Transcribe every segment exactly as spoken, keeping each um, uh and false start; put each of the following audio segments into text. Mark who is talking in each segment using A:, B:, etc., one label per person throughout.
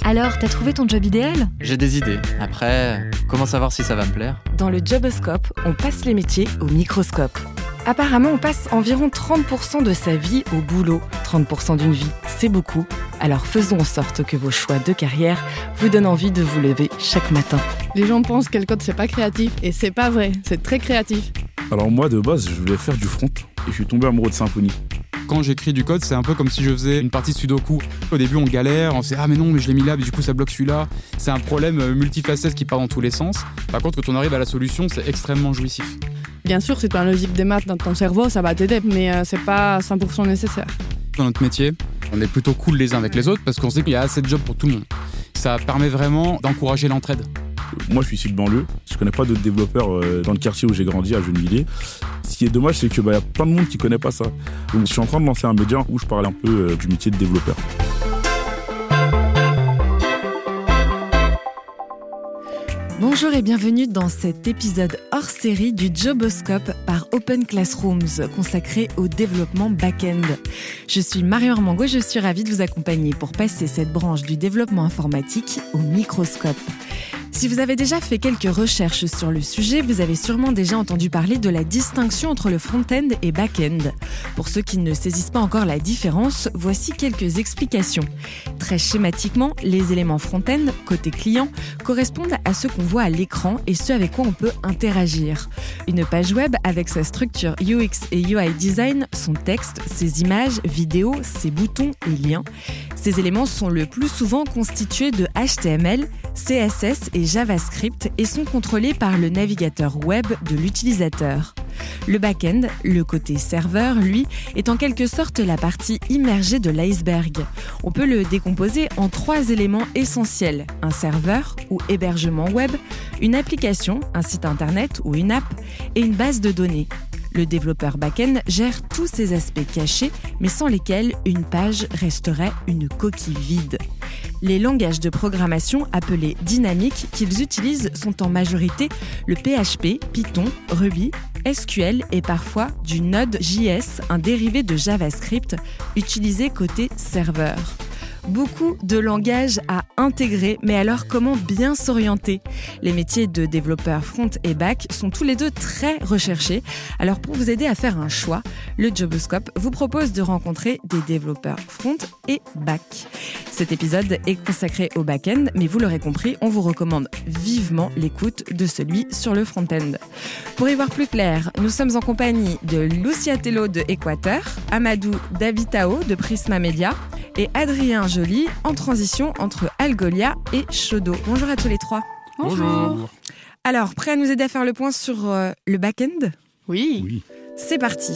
A: Alors, t'as trouvé ton job idéal ?
B: J'ai des idées. Après, comment savoir si ça va me plaire ?
C: Dans le Joboscope, on passe les métiers au microscope. Apparemment, on passe environ trente pour cent de sa vie au boulot. trente pour cent d'une vie, c'est beaucoup. Alors faisons en sorte que vos choix de carrière vous donnent envie de vous lever chaque matin.
D: Les gens pensent que le code c'est pas créatif, et c'est pas vrai, c'est très créatif.
E: Alors moi de base, je voulais faire du front, et je suis tombé amoureux de Symfony.
F: Quand j'écris du code, c'est un peu comme si je faisais une partie de Sudoku. Au début, on galère, on se dit « Ah mais non, mais je l'ai mis là, mais du coup ça bloque celui-là ». C'est un problème multifacette qui part dans tous les sens. Par contre, quand on arrive à la solution, c'est extrêmement jouissif.
D: Bien sûr, si tu as une logique des maths dans ton cerveau, ça va t'aider, mais euh, c'est pas cent pour cent nécessaire.
F: Dans notre métier, on est plutôt cool les uns avec les autres parce qu'on sait qu'il y a assez de jobs pour tout le monde. Ça permet vraiment d'encourager l'entraide.
E: Moi, je suis issu de banlieue. Je connais pas d'autres développeurs euh, dans le quartier où j'ai grandi, à Gennevilliers. Ce qui est dommage, c'est qu'il bah, y a plein de monde qui connaît pas ça. Donc, je suis en train de lancer un média où je parle un peu euh, du métier de développeur.
C: Bonjour et bienvenue dans cet épisode hors série du Joboscope par Open Classrooms, consacré au développement back-end. Je suis Marion Armango et je suis ravie de vous accompagner pour passer cette branche du développement informatique au microscope. Si vous avez déjà fait quelques recherches sur le sujet, vous avez sûrement déjà entendu parler de la distinction entre le front-end et back-end. Pour ceux qui ne saisissent pas encore la différence, voici quelques explications. Très schématiquement, les éléments front-end, côté client, correspondent à ce qu'on voit à l'écran et ce avec quoi on peut interagir. Une page web avec sa structure U X et U I design, son texte, ses images, vidéos, ses boutons et liens. Ces éléments sont le plus souvent constitués de H T M L, C S S et JavaScript et sont contrôlés par le navigateur web de l'utilisateur. Le back-end, le côté serveur, lui, est en quelque sorte la partie immergée de l'iceberg. On peut le décomposer en trois éléments essentiels: un serveur ou hébergement web, une application, un site internet ou une app, et une base de données. Le développeur back-end gère tous ces aspects cachés, mais sans lesquels une page resterait une coquille vide. Les langages de programmation appelés dynamiques qu'ils utilisent sont en majorité le P H P, Python, Ruby, S Q L et parfois du Node.js, un dérivé de JavaScript utilisé côté serveur. Beaucoup de langages à intégrer, mais alors comment bien s'orienter ? Les métiers de développeur front et back sont tous les deux très recherchés. Alors pour vous aider à faire un choix, le Joboscope vous propose de rencontrer des développeurs front et back. Cet épisode est consacré au back-end, mais vous l'aurez compris, on vous recommande vivement l'écoute de celui sur le front-end. Pour y voir plus clair, nous sommes en compagnie de Lucia Tello de Équateur, Amadou Davitao de Prisma Media et Adrien Joly en transition entre Algolia et Shodo. Bonjour à tous les trois.
F: Bonjour.
C: Alors, prêt à nous aider à faire le point sur euh, le back-end ?
D: Oui.
E: Oui.
C: C'est parti.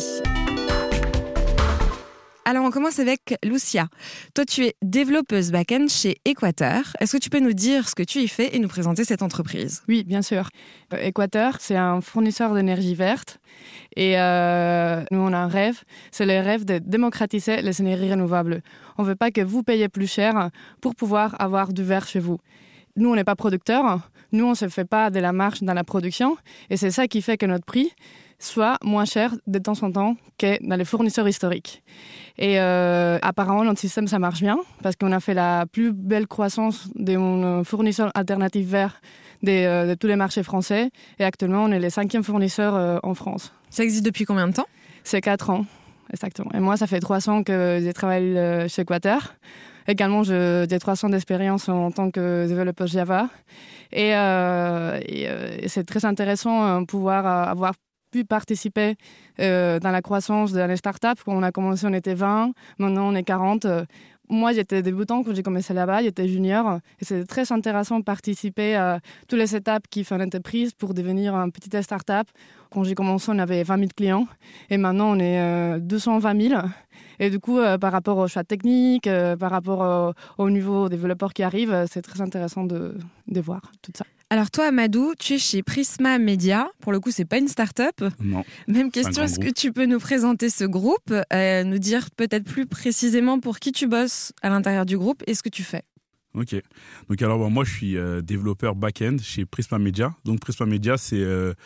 C: Alors, on commence avec Lucia. Toi, tu es développeuse back-end chez Équateur. Est-ce que tu peux nous dire ce que tu y fais et nous présenter cette entreprise ?
D: Oui, bien sûr. Euh, Équateur, c'est un fournisseur d'énergie verte. Et euh, nous, on a un rêve. C'est le rêve de démocratiser les énergies renouvelables. On ne veut pas que vous payiez plus cher pour pouvoir avoir du vert chez vous. Nous, on n'est pas producteurs. Nous, on ne se fait pas de la marge dans la production. Et c'est ça qui fait que notre prix soit moins cher de temps en temps que dans les fournisseurs historiques. Et euh, apparemment, notre système, ça marche bien parce qu'on a fait la plus belle croissance de fournisseurs alternatifs verts de, euh, de tous les marchés français. Et actuellement, on est les cinquièmes fournisseurs euh, en France.
C: Ça existe depuis combien de temps ?
D: C'est quatre ans, exactement. Et moi, ça fait trois ans que j'ai travaillé euh, chez Équateur. Également, je, j'ai trois ans d'expérience en tant que développeur Java. Et, euh, et, euh, et c'est très intéressant de pouvoir avoir pu participer euh, dans la croissance de la start-up. Quand on a commencé, on était vingt, maintenant on est quarante. Moi, j'étais débutant quand j'ai commencé là-bas, j'étais junior. Et c'était très intéressant de participer à toutes les étapes qui font l'entreprise pour devenir une petite start-up. Quand j'ai commencé, on avait vingt mille clients. Et maintenant, on est euh, deux cent vingt mille. Et du coup, euh, par rapport aux choix techniques, euh, par rapport euh, au nouveaux développeurs qui arrivent, euh, c'est très intéressant de, de voir tout ça.
C: Alors toi, Amadou, tu es chez Prisma Media. Pour le coup, c'est pas une start-up.
E: Non.
C: Même question, est-ce que tu peux nous présenter ce groupe, euh, nous dire peut-être plus précisément pour qui tu bosses à l'intérieur du groupe et ce que tu fais ?
E: Ok. Donc alors, bon, moi, je suis euh, développeur back-end chez Prisma Media. Donc Prisma Media, c'est euh,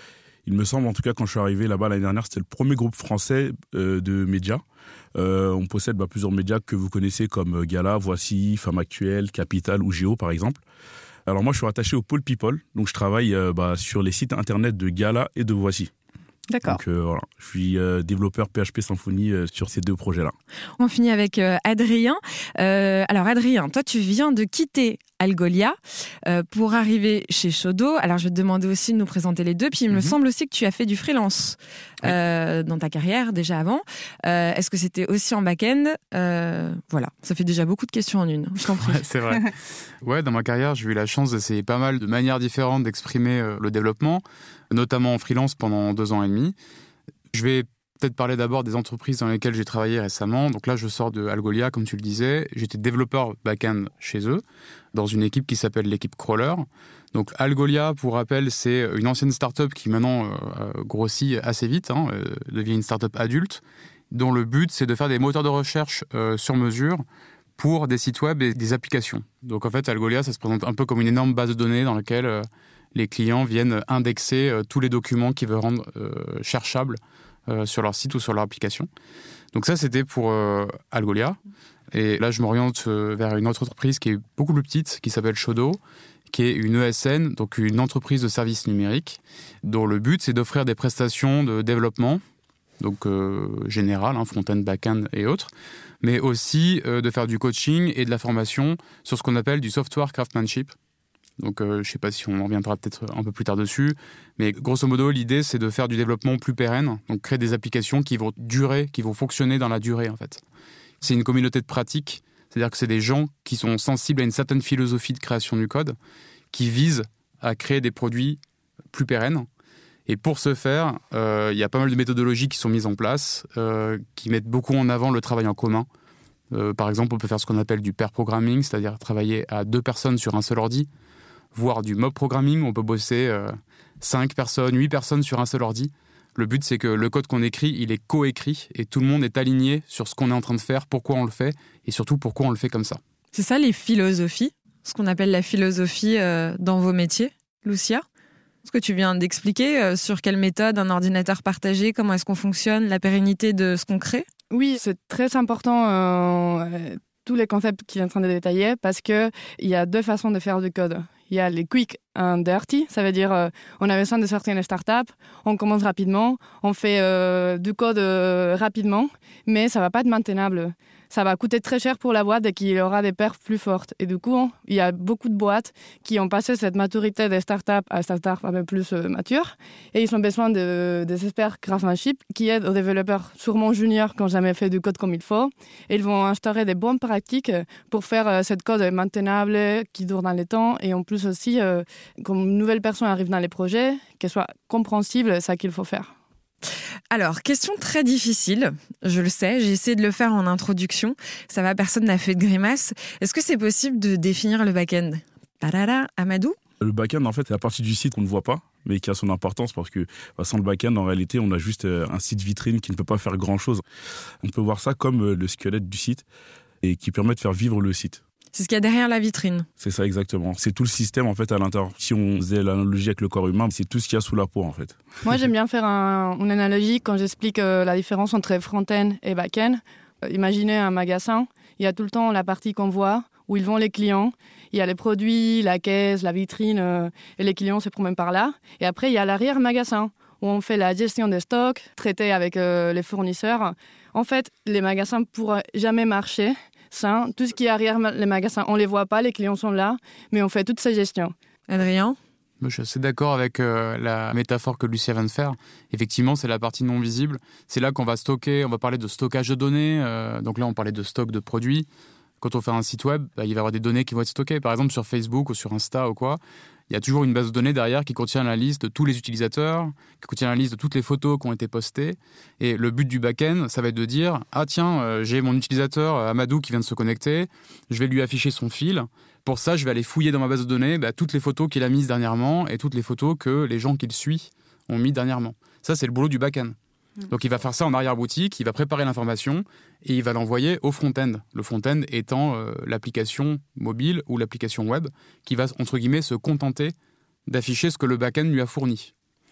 E: Il me semble, en tout cas, quand je suis arrivé là-bas l'année dernière, c'était le premier groupe français euh, de médias. Euh, on possède bah, plusieurs médias que vous connaissez comme Gala, Voici, Femme Actuelle, Capital ou Géo, par exemple. Alors moi, je suis rattaché au pôle People, donc je travaille euh, bah, sur les sites internet de Gala et de Voici.
C: D'accord.
E: Donc euh, voilà, je suis euh, développeur P H P Symfony euh, sur ces deux projets-là.
C: On finit avec euh, Adrien. Euh, alors Adrien, toi tu viens de quitter Algolia euh, pour arriver chez Shodo. Alors je vais te demander aussi de nous présenter les deux. Puis il me
F: Mm-hmm.
C: semble aussi que tu as fait du freelance euh, dans ta carrière déjà avant. Euh, est-ce que c'était aussi en back-end euh, Voilà, ça fait déjà beaucoup de questions en une. Je t'en prie.
F: Ouais, c'est vrai. Ouais, dans ma carrière, j'ai eu la chance d'essayer pas mal de manières différentes d'exprimer euh, le développement, notamment en freelance pendant deux ans et demi. Je vais peut-être parler d'abord des entreprises dans lesquelles j'ai travaillé récemment. Donc là, je sors de Algolia, comme tu le disais. J'étais développeur back-end chez eux, dans une équipe qui s'appelle l'équipe Crawler. Donc Algolia, pour rappel, c'est une ancienne start-up qui maintenant euh, grossit assez vite, hein, euh, devient une start-up adulte, dont le but, c'est de faire des moteurs de recherche euh, sur mesure pour des sites web et des applications. Donc en fait, Algolia, ça se présente un peu comme une énorme base de données dans laquelle euh, les clients viennent indexer euh, tous les documents qu'ils veulent rendre euh, cherchables euh, sur leur site ou sur leur application. Donc ça, c'était pour euh, Algolia. Et là, je m'oriente euh, vers une autre entreprise qui est beaucoup plus petite, qui s'appelle Shodo, qui est une E S N, donc une entreprise de services numériques, dont le but, c'est d'offrir des prestations de développement, donc euh, général, hein, front-end, back-end et autres, mais aussi euh, de faire du coaching et de la formation sur ce qu'on appelle du software craftsmanship. Donc euh, je ne sais pas si on en reviendra peut-être un peu plus tard dessus, mais grosso modo, l'idée, c'est de faire du développement plus pérenne, donc créer des applications qui vont durer, qui vont fonctionner dans la durée, en fait. C'est une communauté de pratique, c'est-à-dire que c'est des gens qui sont sensibles à une certaine philosophie de création du code, qui visent à créer des produits plus pérennes. Et pour ce faire, euh, il y a pas mal de méthodologies qui sont mises en place, euh, qui mettent beaucoup en avant le travail en commun. Euh, par exemple, on peut faire ce qu'on appelle du pair programming, c'est-à-dire travailler à deux personnes sur un seul ordi, voire du mob programming, on peut bosser euh, cinq personnes, huit personnes sur un seul ordi. Le but, c'est que le code qu'on écrit, il est coécrit et tout le monde est aligné sur ce qu'on est en train de faire, pourquoi on le fait et surtout pourquoi on le fait comme ça.
C: C'est ça les philosophies, ce qu'on appelle la philosophie euh, dans vos métiers, Lucia ? Ce que tu viens d'expliquer, euh, sur quelle méthode, un ordinateur partagé, comment est-ce qu'on fonctionne, la pérennité de ce qu'on crée ?
D: Oui, c'est très important, euh, tous les concepts qu'il est en train de détailler, parce qu'il y a deux façons de faire du code. Il y a les quick and dirty, ça veut dire euh, on a besoin de sortir une start-up, on commence rapidement, on fait euh, du code euh, rapidement, mais ça ne va pas être maintenable. Ça va coûter très cher pour la boîte et qu'il aura des perfs plus fortes. Et du coup, il y a beaucoup de boîtes qui ont passé cette maturité des startups à startups un peu plus euh, matures. Et ils ont besoin de, des experts craftsmanship qui aident aux développeurs sûrement juniors qui n'ont jamais fait du code comme il faut. Et ils vont instaurer des bonnes pratiques pour faire euh, cette code maintenable, qui dure dans le temps. Et en plus aussi, euh, comme une nouvelle personne arrive dans les projets, qu'elle soit compréhensible, c'est ça qu'il faut faire.
C: Alors, question très difficile, je le sais, j'ai essayé de le faire en introduction, ça va, personne n'a fait de grimace. Est-ce que c'est possible de définir le back-end ? Parara, Amadou ?
E: Le back-end, en fait, c'est la partie du site qu'on ne voit pas, mais qui a son importance parce que bah, sans le back-end, en réalité, on a juste un site vitrine qui ne peut pas faire grand-chose. On peut voir ça comme le squelette du site et qui permet de faire vivre le site.
C: C'est ce qu'il y a derrière la vitrine.
E: C'est ça, exactement. C'est tout le système, en fait, à l'intérieur. Si on faisait l'analogie avec le corps humain, c'est tout ce qu'il y a sous la peau, en fait.
D: Moi, j'aime bien faire un, une analogie quand j'explique euh, la différence entre front-end et back-end. Euh, imaginez un magasin. Il y a tout le temps la partie qu'on voit, où ils vont les clients. Il y a les produits, la caisse, la vitrine, euh, et les clients se promènent par là. Et après, il y a l'arrière-magasin, où on fait la gestion des stocks, traiter avec euh, les fournisseurs. En fait, les magasins ne pourront jamais marcher. Ça, tout ce qui est arrière les magasins, on ne les voit pas, les clients sont là, mais on fait toute cette gestion.
C: Adrien ?
F: Je suis assez d'accord avec euh, la métaphore que Lucia vient de faire. Effectivement, c'est la partie non visible. C'est là qu'on va stocker, on va parler de stockage de données. Euh, donc là, on parlait de stock de produits. Quand on fait un site web, bah, il va y avoir des données qui vont être stockées. Par exemple, sur Facebook ou sur Insta ou quoi, il y a toujours une base de données derrière qui contient la liste de tous les utilisateurs, qui contient la liste de toutes les photos qui ont été postées. Et le but du back-end, ça va être de dire « Ah tiens, euh, j'ai mon utilisateur Amadou qui vient de se connecter, je vais lui afficher son fil. Pour ça, je vais aller fouiller dans ma base de données bah, toutes les photos qu'il a mises dernièrement et toutes les photos que les gens qu'il suit ont mis dernièrement. » Ça, c'est le boulot du back-end. Donc il va faire ça en arrière-boutique, il va préparer l'information et il va l'envoyer au front-end. Le front-end étant euh, l'application mobile ou l'application web qui va, entre guillemets, se contenter d'afficher ce que le back-end lui a fourni.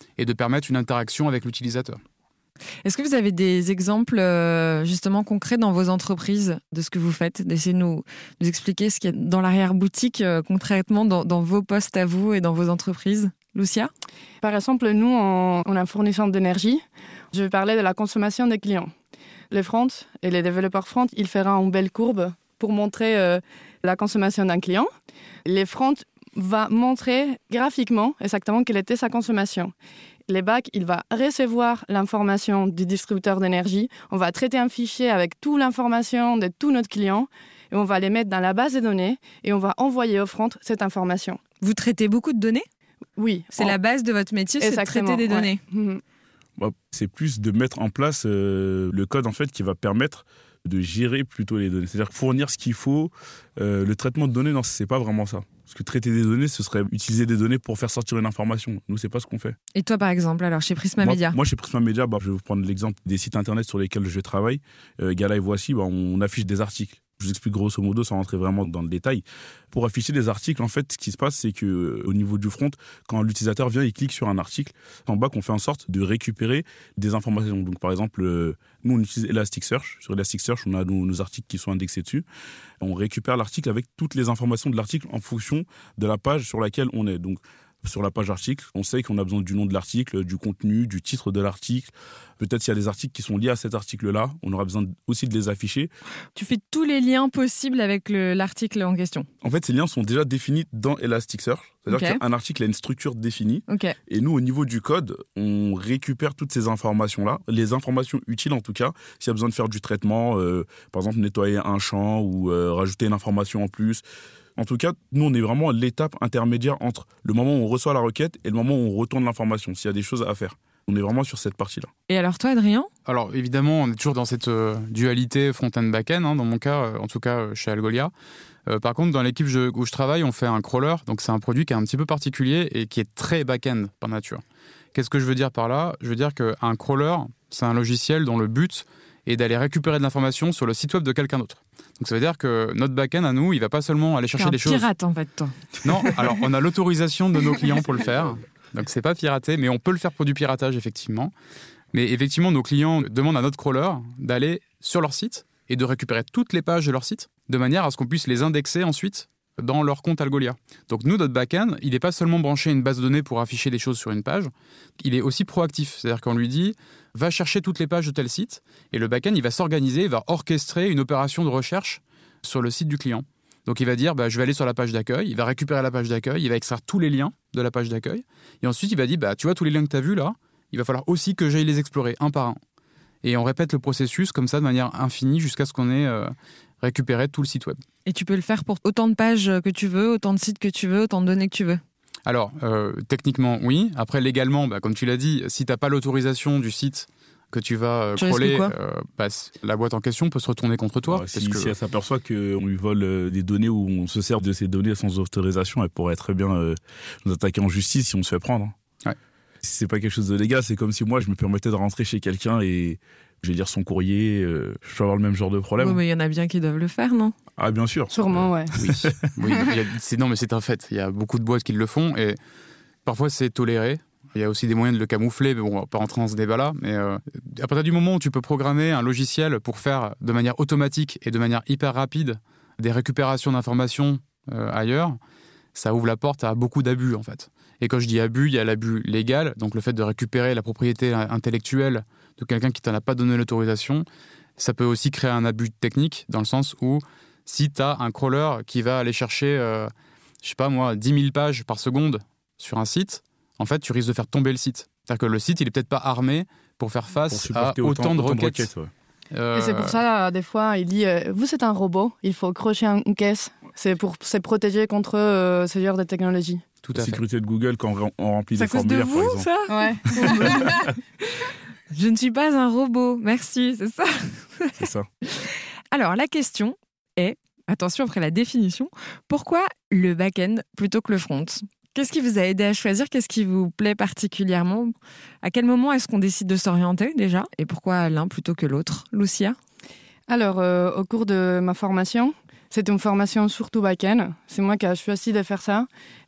F: et de permettre une interaction avec l'utilisateur.
C: Est-ce que vous avez des exemples euh, justement concrets dans vos entreprises de ce que vous faites, d'essayer de nous, nous expliquer ce qu'il y a dans l'arrière-boutique euh, concrètement dans, dans vos postes à vous et dans vos entreprises? Lucia?
D: Par exemple, nous, on, on a un fournisseur d'énergie. Je vais parler de la consommation des clients. Les front et les développeurs front, ils feront une belle courbe pour montrer euh, la consommation d'un client. Les front va montrer graphiquement exactement quelle était sa consommation. Les bacs, il va recevoir l'information du distributeur d'énergie. On va traiter un fichier avec toute l'information de tous nos clients et on va les mettre dans la base de données et on va envoyer au front cette information.
C: Vous traitez beaucoup de données?
D: Oui.
C: C'est
D: on...
C: la base de votre métier, c'est de traiter des données.
D: Ouais. Mmh.
E: Bah, c'est plus de mettre en place euh, le code en fait, qui va permettre de gérer plutôt les données. C'est-à-dire fournir ce qu'il faut. Euh, le traitement de données, non, c'est pas vraiment ça. Parce que traiter des données, ce serait utiliser des données pour faire sortir une information. Nous, c'est pas ce qu'on fait.
C: Et toi, par exemple, alors chez Prisma
E: moi,
C: Media?
E: Moi, chez Prisma Media, bah, je vais vous prendre l'exemple des sites internet sur lesquels je travaille. Euh, Gala et Voici, bah, on affiche des articles. Je vous explique grosso modo sans rentrer vraiment dans le détail. Pour afficher des articles, en fait, ce qui se passe, c'est que euh, au niveau du front, quand l'utilisateur vient, il clique sur un article. En bas, on fait en sorte de récupérer des informations. Donc, par exemple, euh, nous, on utilise Elasticsearch. Sur Elasticsearch, on a nos, nos articles qui sont indexés dessus. On récupère l'article avec toutes les informations de l'article en fonction de la page sur laquelle on est. Donc, sur la page article, on sait qu'on a besoin du nom de l'article, du contenu, du titre de l'article. Peut-être s'il y a des articles qui sont liés à cet article-là, on aura besoin aussi de les afficher.
C: Tu fais tous les liens possibles avec le, l'article en question.
E: En fait, ces liens sont déjà définis dans Elasticsearch. C'est-à-dire
C: okay.
E: qu'un article a une structure définie.
C: Okay.
E: Et nous, au niveau du code, on récupère toutes ces informations-là, les informations utiles en tout cas, s'il y a besoin de faire du traitement, euh, par exemple nettoyer un champ ou euh, rajouter une information en plus. En tout cas, nous, on est vraiment à l'étape intermédiaire entre le moment où on reçoit la requête et le moment où on retourne l'information, s'il y a des choses à faire. On est vraiment sur cette partie-là.
C: Et alors toi, Adrien?
F: Alors évidemment, on est toujours dans cette euh, dualité front-end back-end, hein, dans mon cas, euh, en tout cas euh, chez Algolia. Euh, par contre, dans l'équipe je, où je travaille, on fait un crawler, donc c'est un produit qui est un petit peu particulier et qui est très back-end par nature. Qu'est-ce que je veux dire par là? Je veux dire qu'un crawler, c'est un logiciel dont le but est d'aller récupérer de l'information sur le site web de quelqu'un d'autre. Donc ça veut dire que notre back-end à nous, il va pas seulement aller chercher des choses...
C: C'est un pirate en fait, toi.
F: Non, alors on a l'autorisation de nos clients pour le faire. Donc c'est pas piraté, mais on peut le faire pour du piratage, effectivement. Mais effectivement, nos clients demandent à notre crawler d'aller sur leur site et de récupérer toutes les pages de leur site, de manière à ce qu'on puisse les indexer ensuite dans leur compte Algolia. Donc nous, notre back-end, il n'est pas seulement branché à une base de données pour afficher des choses sur une page, il est aussi proactif. C'est-à-dire qu'on lui dit, va chercher toutes les pages de tel site, et le back-end, il va s'organiser, il va orchestrer une opération de recherche sur le site du client. Donc il va dire, bah, je vais aller sur la page d'accueil, il va récupérer la page d'accueil, il va extraire tous les liens de la page d'accueil, et ensuite il va dire, bah, tu vois tous les liens que tu as vus là, il va falloir aussi que j'aille les explorer un par un. Et on répète le processus comme ça de manière infinie jusqu'à ce qu'on ait euh, récupéré tout le site web.
C: Et tu peux le faire pour autant de pages que tu veux, autant de sites que tu veux, autant de données que tu veux?
F: Alors, euh, techniquement, oui. Après, légalement, bah, comme tu l'as dit, si tu n'as pas l'autorisation du site que tu vas euh, crawler, euh, bah, la boîte en question peut se retourner contre toi.
E: Alors,
F: parce
E: si,
F: que...
E: si elle s'aperçoit qu'on lui vole euh, des données ou on se sert de ces données sans autorisation, elle pourrait très bien euh, nous attaquer en justice si on se fait prendre.
F: Ouais.
E: Si c'est pas quelque chose de légal, c'est comme si moi je me permettais de rentrer chez quelqu'un et je vais lire son courrier, euh, je peux avoir le même genre de problème.
C: Oui, mais il y en a bien qui doivent le faire, non?
E: Ah, bien sûr.
D: Sûrement, ouais.
F: Oui, oui il y a, c'est, non, mais c'est un fait. Il y a beaucoup de boîtes qui le font et parfois c'est toléré. Il y a aussi des moyens de le camoufler, mais bon, on va pas rentrer dans ce débat-là. Mais euh, à partir du moment où tu peux programmer un logiciel pour faire de manière automatique et de manière hyper rapide des récupérations d'informations euh, ailleurs, ça ouvre la porte à beaucoup d'abus, en fait. Et quand je dis abus, il y a l'abus légal, donc le fait de récupérer la propriété intellectuelle de quelqu'un qui t'en a pas donné l'autorisation. Ça peut aussi créer un abus technique, dans le sens où si tu as un crawler qui va aller chercher, euh, je sais pas moi, dix mille pages par seconde sur un site, en fait, tu risques de faire tomber le site. C'est-à-dire que le site, il est peut-être pas armé pour faire face
E: pour
F: à autant, autant de requêtes.
E: De requêtes ouais.
F: euh...
D: Et c'est pour ça, des fois, il dit euh, vous êtes un robot, il faut crocher une caisse. C'est pour se protéger contre euh, ce genre de technologie.
F: Tout à
E: La
F: fait.
E: sécurité de Google quand on remplit
C: ça
E: des formulaires,
C: de vous,
E: par exemple.
C: Ça
D: ouais.
C: Je ne suis pas un robot, merci, c'est ça.
E: C'est ça.
C: Alors, la question est, attention après la définition, pourquoi le back-end plutôt que le front? Qu'est-ce qui vous a aidé à choisir? Qu'est-ce qui vous plaît particulièrement? À quel moment est-ce qu'on décide de s'orienter déjà? Et pourquoi l'un plutôt que l'autre? Lucia?
D: Alors, euh, au cours de ma formation, c'était une formation surtout back-end. C'est moi qui ai choisi de faire ça.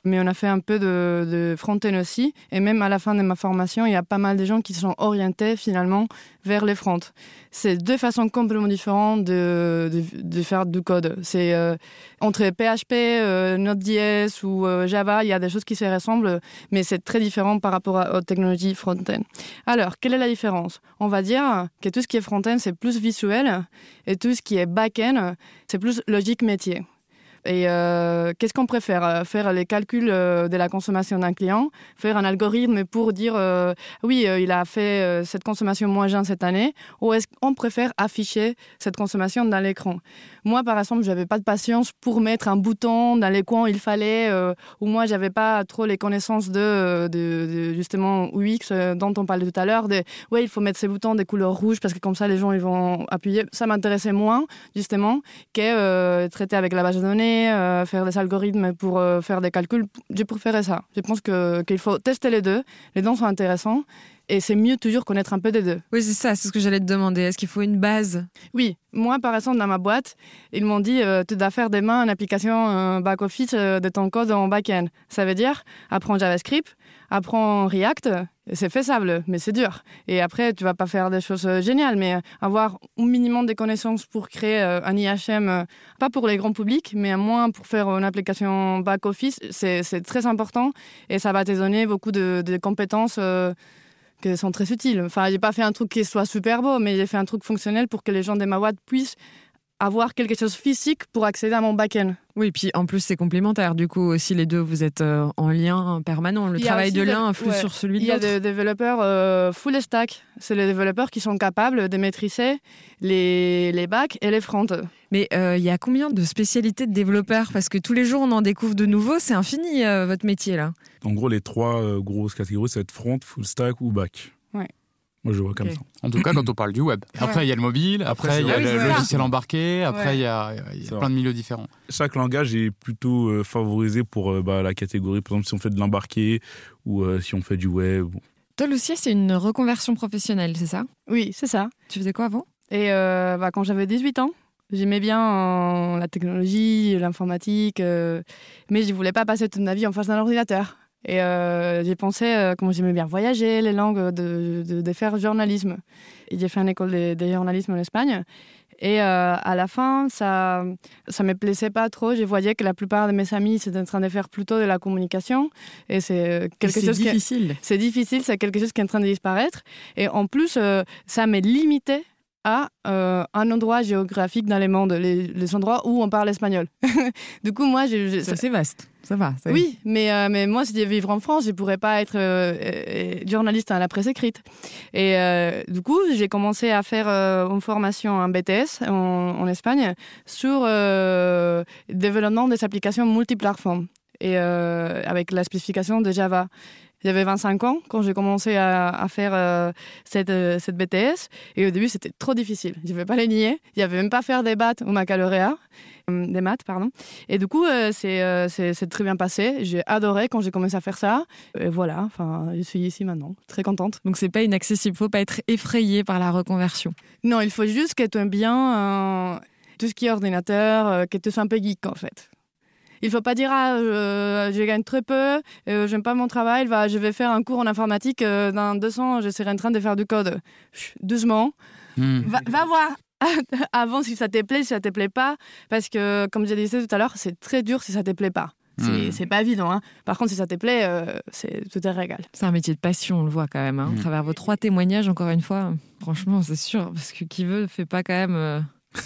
D: mais on a fait un peu de, de front-end aussi. Et même à la fin de ma formation, il y a pas mal de gens qui sont orientés finalement vers les fronts. C'est deux façons complètement différentes de, de, de faire du code. C'est euh, entre P H P, euh, Node.js ou euh, Java, il y a des choses qui se ressemblent, mais c'est très différent par rapport à, aux technologies front-end. Alors, quelle est la différence ? On va dire que tout ce qui est front-end, c'est plus visuel, et tout ce qui est back-end, c'est plus logique métier. Et euh, qu'est-ce qu'on préfère ? Faire les calculs euh, de la consommation d'un client, faire un algorithme pour dire euh, oui, euh, il a fait euh, cette consommation moins jeune cette année, ou est-ce qu'on préfère afficher cette consommation dans l'écran ? Moi, par exemple, je n'avais pas de patience pour mettre un bouton dans les coins où il fallait, euh, ou moi, je n'avais pas trop les connaissances de, de, de justement U X euh, dont on parlait tout à l'heure, de oui, il faut mettre ces boutons des couleurs rouges parce que comme ça, les gens ils vont appuyer. Ça m'intéressait moins, justement, que euh, traiter avec la base de données, Euh, faire des algorithmes pour euh, faire des calculs. Je préférais ça. Je pense que, qu'il faut tester les deux. Les deux sont intéressants et c'est mieux toujours connaître un peu des deux.
C: Oui, c'est ça, c'est ce que j'allais te demander. Est-ce qu'il faut une base ?
D: Oui. Moi, par exemple, dans ma boîte, ils m'ont dit euh, tu dois faire demain une application euh, back-office euh, de ton code en back-end. Ça veut dire apprends JavaScript, apprends React. C'est faisable, mais c'est dur. Et après, tu vas pas faire des choses euh, géniales, mais avoir un minimum de connaissances pour créer euh, un I H M, euh, pas pour les grands publics, mais à moins pour faire une application back-office, c'est, c'est très important et ça va te donner beaucoup de, de compétences euh, qui sont très utiles. Enfin, j'ai pas fait un truc qui soit super beau, mais j'ai fait un truc fonctionnel pour que les gens de ma boîte puissent avoir quelque chose de physique pour accéder à mon back-end.
C: Oui, puis en plus, c'est complémentaire. Du coup, aussi, les deux, vous êtes euh, en lien permanent. Le travail de l'un influe
D: ouais,
C: sur celui de
D: l'autre. Il y a des développeurs euh, full stack. C'est les développeurs qui sont capables de maîtriser les, les backs et les fronts.
C: Mais il euh, y a combien de spécialités de développeurs ? Parce que tous les jours, on en découvre de nouveaux. C'est infini, euh, votre métier, là.
E: En gros, les trois euh, grosses catégories, ça va être front, full stack ou back.
D: Ouais.
E: Moi, je vois comme
C: okay.
E: ça.
F: En tout cas, quand on parle du web. Après, il ouais. y a le mobile, après, il y a oui, le logiciel ça. embarqué, après, il ouais. y a, y a plein de milieux différents.
E: Chaque langage est plutôt euh, favorisé pour euh, bah, la catégorie. Par exemple, si on fait de l'embarqué ou euh, si on fait du web.
C: Toi, Lucia, c'est une reconversion professionnelle, c'est ça ?
D: Oui, c'est ça.
C: Tu faisais quoi avant ?
D: Et euh, bah, quand j'avais dix-huit ans, j'aimais bien euh, la technologie, l'informatique, euh, mais je ne voulais pas passer toute ma vie en face d'un ordinateur. Et euh, j'ai pensé, euh, comme j'aimais bien voyager, les langues, de, de, de faire journalisme. Et j'ai fait une école de, de journalisme en Espagne. Et euh, à la fin, ça ne me plaisait pas trop. Je voyais que la plupart de mes amis étaient en train de faire plutôt de la communication. Et c'est quelque
C: et c'est
D: chose
C: difficile.
D: Qui, c'est difficile, c'est quelque chose qui est en train de disparaître. Et en plus, euh, ça m'est limité à euh, un endroit géographique dans le monde, les, les endroits où on parle espagnol. Du coup, moi... Je, je,
C: ça, c'est vaste. Ça va. Ça
D: oui, mais, euh, mais moi, si je devais vivre en France, je ne pourrais pas être euh, euh, journaliste à la presse écrite. Et euh, du coup, j'ai commencé à faire euh, une formation en B T S en, en Espagne sur euh, le développement des applications multiplateformes et euh, avec la spécification de Java. J'avais vingt-cinq ans quand j'ai commencé à, à faire euh, cette, euh, cette B T S. Et au début, c'était trop difficile. Je ne vais pas les nier. Il n'y avait même pas faire des maths au baccalauréat. Euh, des maths, pardon. Et du coup, euh, c'est, euh, c'est, c'est très bien passé. J'ai adoré quand j'ai commencé à faire ça. Et voilà, enfin, je suis ici maintenant, très contente.
C: Donc, ce n'est pas inaccessible. Il ne faut pas être effrayé par la reconversion.
D: Non, il faut juste que tu aimes bien euh, tout ce qui est ordinateur, euh, que tu sois un peu geek, en fait. Il ne faut pas dire ah, je, je gagne très peu, euh, j'aime pas mon travail, va, je vais faire un cours en informatique, euh, dans deux ans, je serai en train de faire du code. Chut, doucement, mmh. va, va voir avant si ça te plaît, si ça te plaît pas, parce que comme je disais tout à l'heure, c'est très dur si ça te plaît pas. C'est, mmh. c'est pas évident. Hein. Par contre, si ça te plaît, euh, c'est tout est régal.
C: C'est un métier de passion, on le voit quand même. Hein. Mmh. À travers vos trois témoignages, encore une fois, franchement, c'est sûr, parce que qui veut, fait pas quand même... Euh...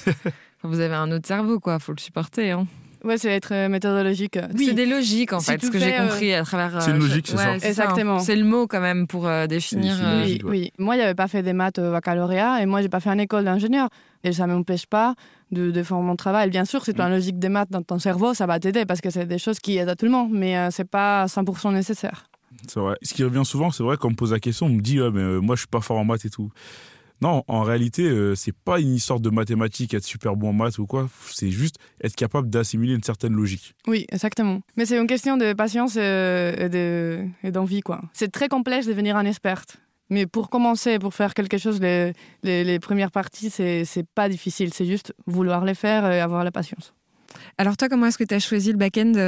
C: Vous avez un autre cerveau, quoi, faut le supporter, hein.
D: Ouais, c'est être méthodologique.
C: Oui. C'est des logiques, en si fait, ce que j'ai euh... compris à travers...
E: C'est une logique,
C: je...
E: c'est
C: ouais,
E: ça.
C: C'est
D: exactement.
C: Ça. C'est le mot, quand même, pour euh, définir...
D: Oui,
C: euh...
D: logique, ouais. oui. Moi, je n'avais pas fait des maths au baccalauréat et moi, je n'ai pas fait une école d'ingénieur. Et ça ne m'empêche pas de, de faire mon travail. Bien sûr, si tu as une logique des maths dans ton cerveau, ça va t'aider parce que c'est des choses qui aident à tout le monde, mais euh, ce n'est pas cent pour cent nécessaire.
E: C'est vrai. Ce qui revient souvent, c'est vrai, quand on me pose la question, on me dit ouais, mais euh, moi, je ne suis pas fort en maths et tout. Non, en réalité, euh, c'est pas une histoire de mathématiques, être super bon en maths ou quoi. C'est juste être capable d'assimiler une certaine logique.
D: Oui, exactement. Mais c'est une question de patience euh, et, de, et d'envie, quoi. C'est très complexe de devenir un expert. Mais pour commencer, pour faire quelque chose, les, les, les premières parties, c'est, c'est pas difficile. C'est juste vouloir les faire et avoir la patience.
C: Alors toi, comment est-ce que tu as choisi le back-end, Amadou ?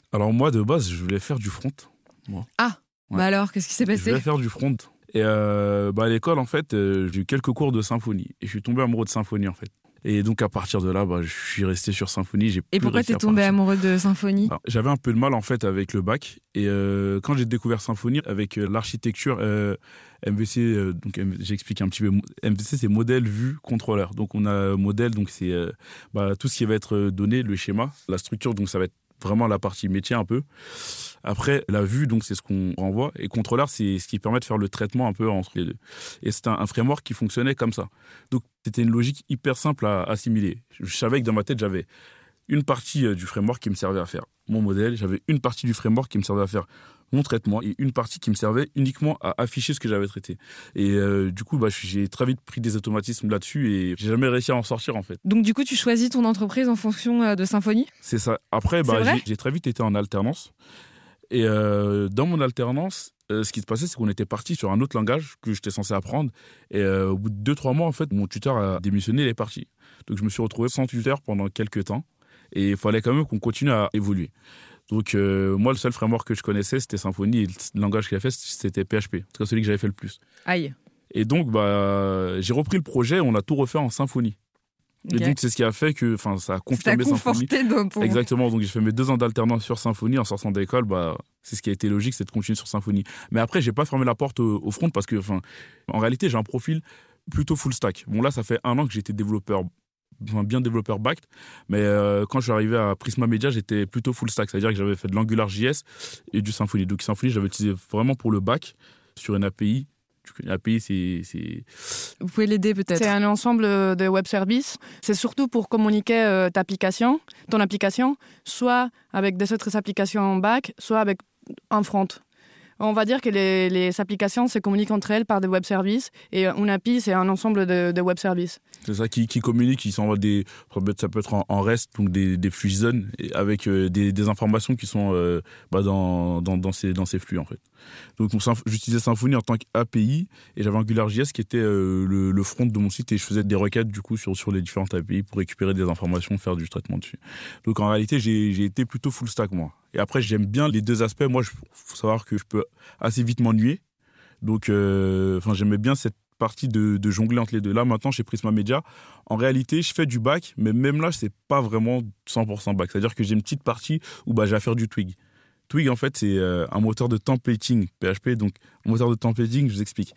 E: Alors moi, de base, je voulais faire du front. Moi.
C: Ah,
E: Ouais.
C: bah alors, qu'est-ce qui s'est
E: Je
C: passé?
E: voulais faire du front. Et euh, bah, à l'école, en fait, euh, j'ai eu quelques cours de symphonie. Et je suis tombé amoureux de symphonie, en fait. Et donc, à partir de là, bah, je suis resté sur symphonie. J'ai
C: Et
E: plus
C: pourquoi
E: réussi
C: t'es
E: à
C: tombé
E: partir.
C: amoureux de symphonie?
E: Alors, j'avais un peu de mal, en fait, avec le bac. Et euh, quand j'ai découvert symphonie, avec euh, l'architecture euh, M V C, euh, donc M- j'explique un petit peu. M V C, c'est modèle, vue, contrôleur. Donc, on a modèle, donc c'est euh, bah, tout ce qui va être donné, le schéma, la structure. Donc, ça va être vraiment la partie métier un peu. Après, la vue, donc c'est ce qu'on renvoie. Et contrôleur, c'est ce qui permet de faire le traitement un peu entre les deux. Et c'est un, un framework qui fonctionnait comme ça. Donc, c'était une logique hyper simple à assimiler. Je, je savais que dans ma tête, j'avais une partie euh, du framework qui me servait à faire mon modèle. J'avais une partie du framework qui me servait à faire mon traitement et une partie qui me servait uniquement à afficher ce que j'avais traité. Et euh, du coup, bah, j'ai très vite pris des automatismes là-dessus et j'ai jamais réussi à en sortir, en fait.
C: Donc du coup, tu choisis ton entreprise en fonction euh, de symphonie?
E: C'est ça. Après, bah,
C: C'est vrai
E: j'ai, j'ai très vite été en alternance. Et euh, dans mon alternance, euh, ce qui se passait, c'est qu'on était parti sur un autre langage que j'étais censé apprendre. Et euh, au bout de deux, trois mois, en fait, mon tuteur a démissionné, il est parti. Donc je me suis retrouvé sans tuteur pendant quelques temps. Et il fallait quand même qu'on continue à évoluer. Donc euh, moi, le seul framework que je connaissais, c'était Symfony. Et le langage qu'il a fait, c'était P H P. En tout cas, celui que j'avais fait le plus.
C: Aïe.
E: Et donc, bah, j'ai repris le projet, on a tout refait en Symfony.
C: Ok.
E: Et donc, c'est ce qui a fait que, enfin, ça a
C: Ça t'a
E: confirmé Symfony.
C: conforté dans ton...
E: Exactement, donc j'ai fait mes deux ans d'alternance sur Symfony en sortant d'école, bah, c'est ce qui a été logique, c'est de continuer sur Symfony. Mais après, j'ai pas fermé la porte au, au front parce que, enfin, en réalité, j'ai un profil plutôt full stack. Bon, là, ça fait un an que j'étais développeur, enfin, bien développeur back, mais euh, quand je suis arrivé à Prisma Media, j'étais plutôt full stack, c'est-à-dire que j'avais fait de l'AngularJS et du Symfony. Donc Symfony, j'avais utilisé vraiment pour le back sur une A P I. Une A P I, c'est, c'est...
C: Vous pouvez l'aider peut-être?
D: C'est un ensemble de web services. C'est surtout pour communiquer euh, ta application, ton application, soit avec des autres applications en back, soit avec un front. On va dire que les, les applications se communiquent entre elles par des web services et une A P I, c'est un ensemble de, de web services.
E: C'est ça qui, qui communique, qui s'envoie des. Ça peut être en, en REST, donc des, des flux JSON, et avec euh, des, des informations qui sont euh, bah, dans, dans, dans, ces, dans ces flux, en fait. Donc, on, j'utilisais Symfony en tant qu'A P I et j'avais AngularJS qui était euh, le, le front de mon site et je faisais des requêtes, du coup, sur, sur les différentes A P I pour récupérer des informations, faire du traitement dessus. Donc, en réalité, j'ai, j'ai été plutôt full stack, moi. Et après, j'aime bien les deux aspects. Moi, il faut savoir que je peux assez vite m'ennuyer. Donc, euh, j'aimais bien cette partie de, de jongler entre les deux. Là, maintenant, chez Prisma Media, en réalité, je fais du back, mais même là, c'est pas vraiment cent pour cent back. C'est-à-dire que j'ai une petite partie où bah, j'ai à faire du Twig. Twig, en fait, c'est euh, un moteur de templating P H P. Donc, un moteur de templating, je vous explique.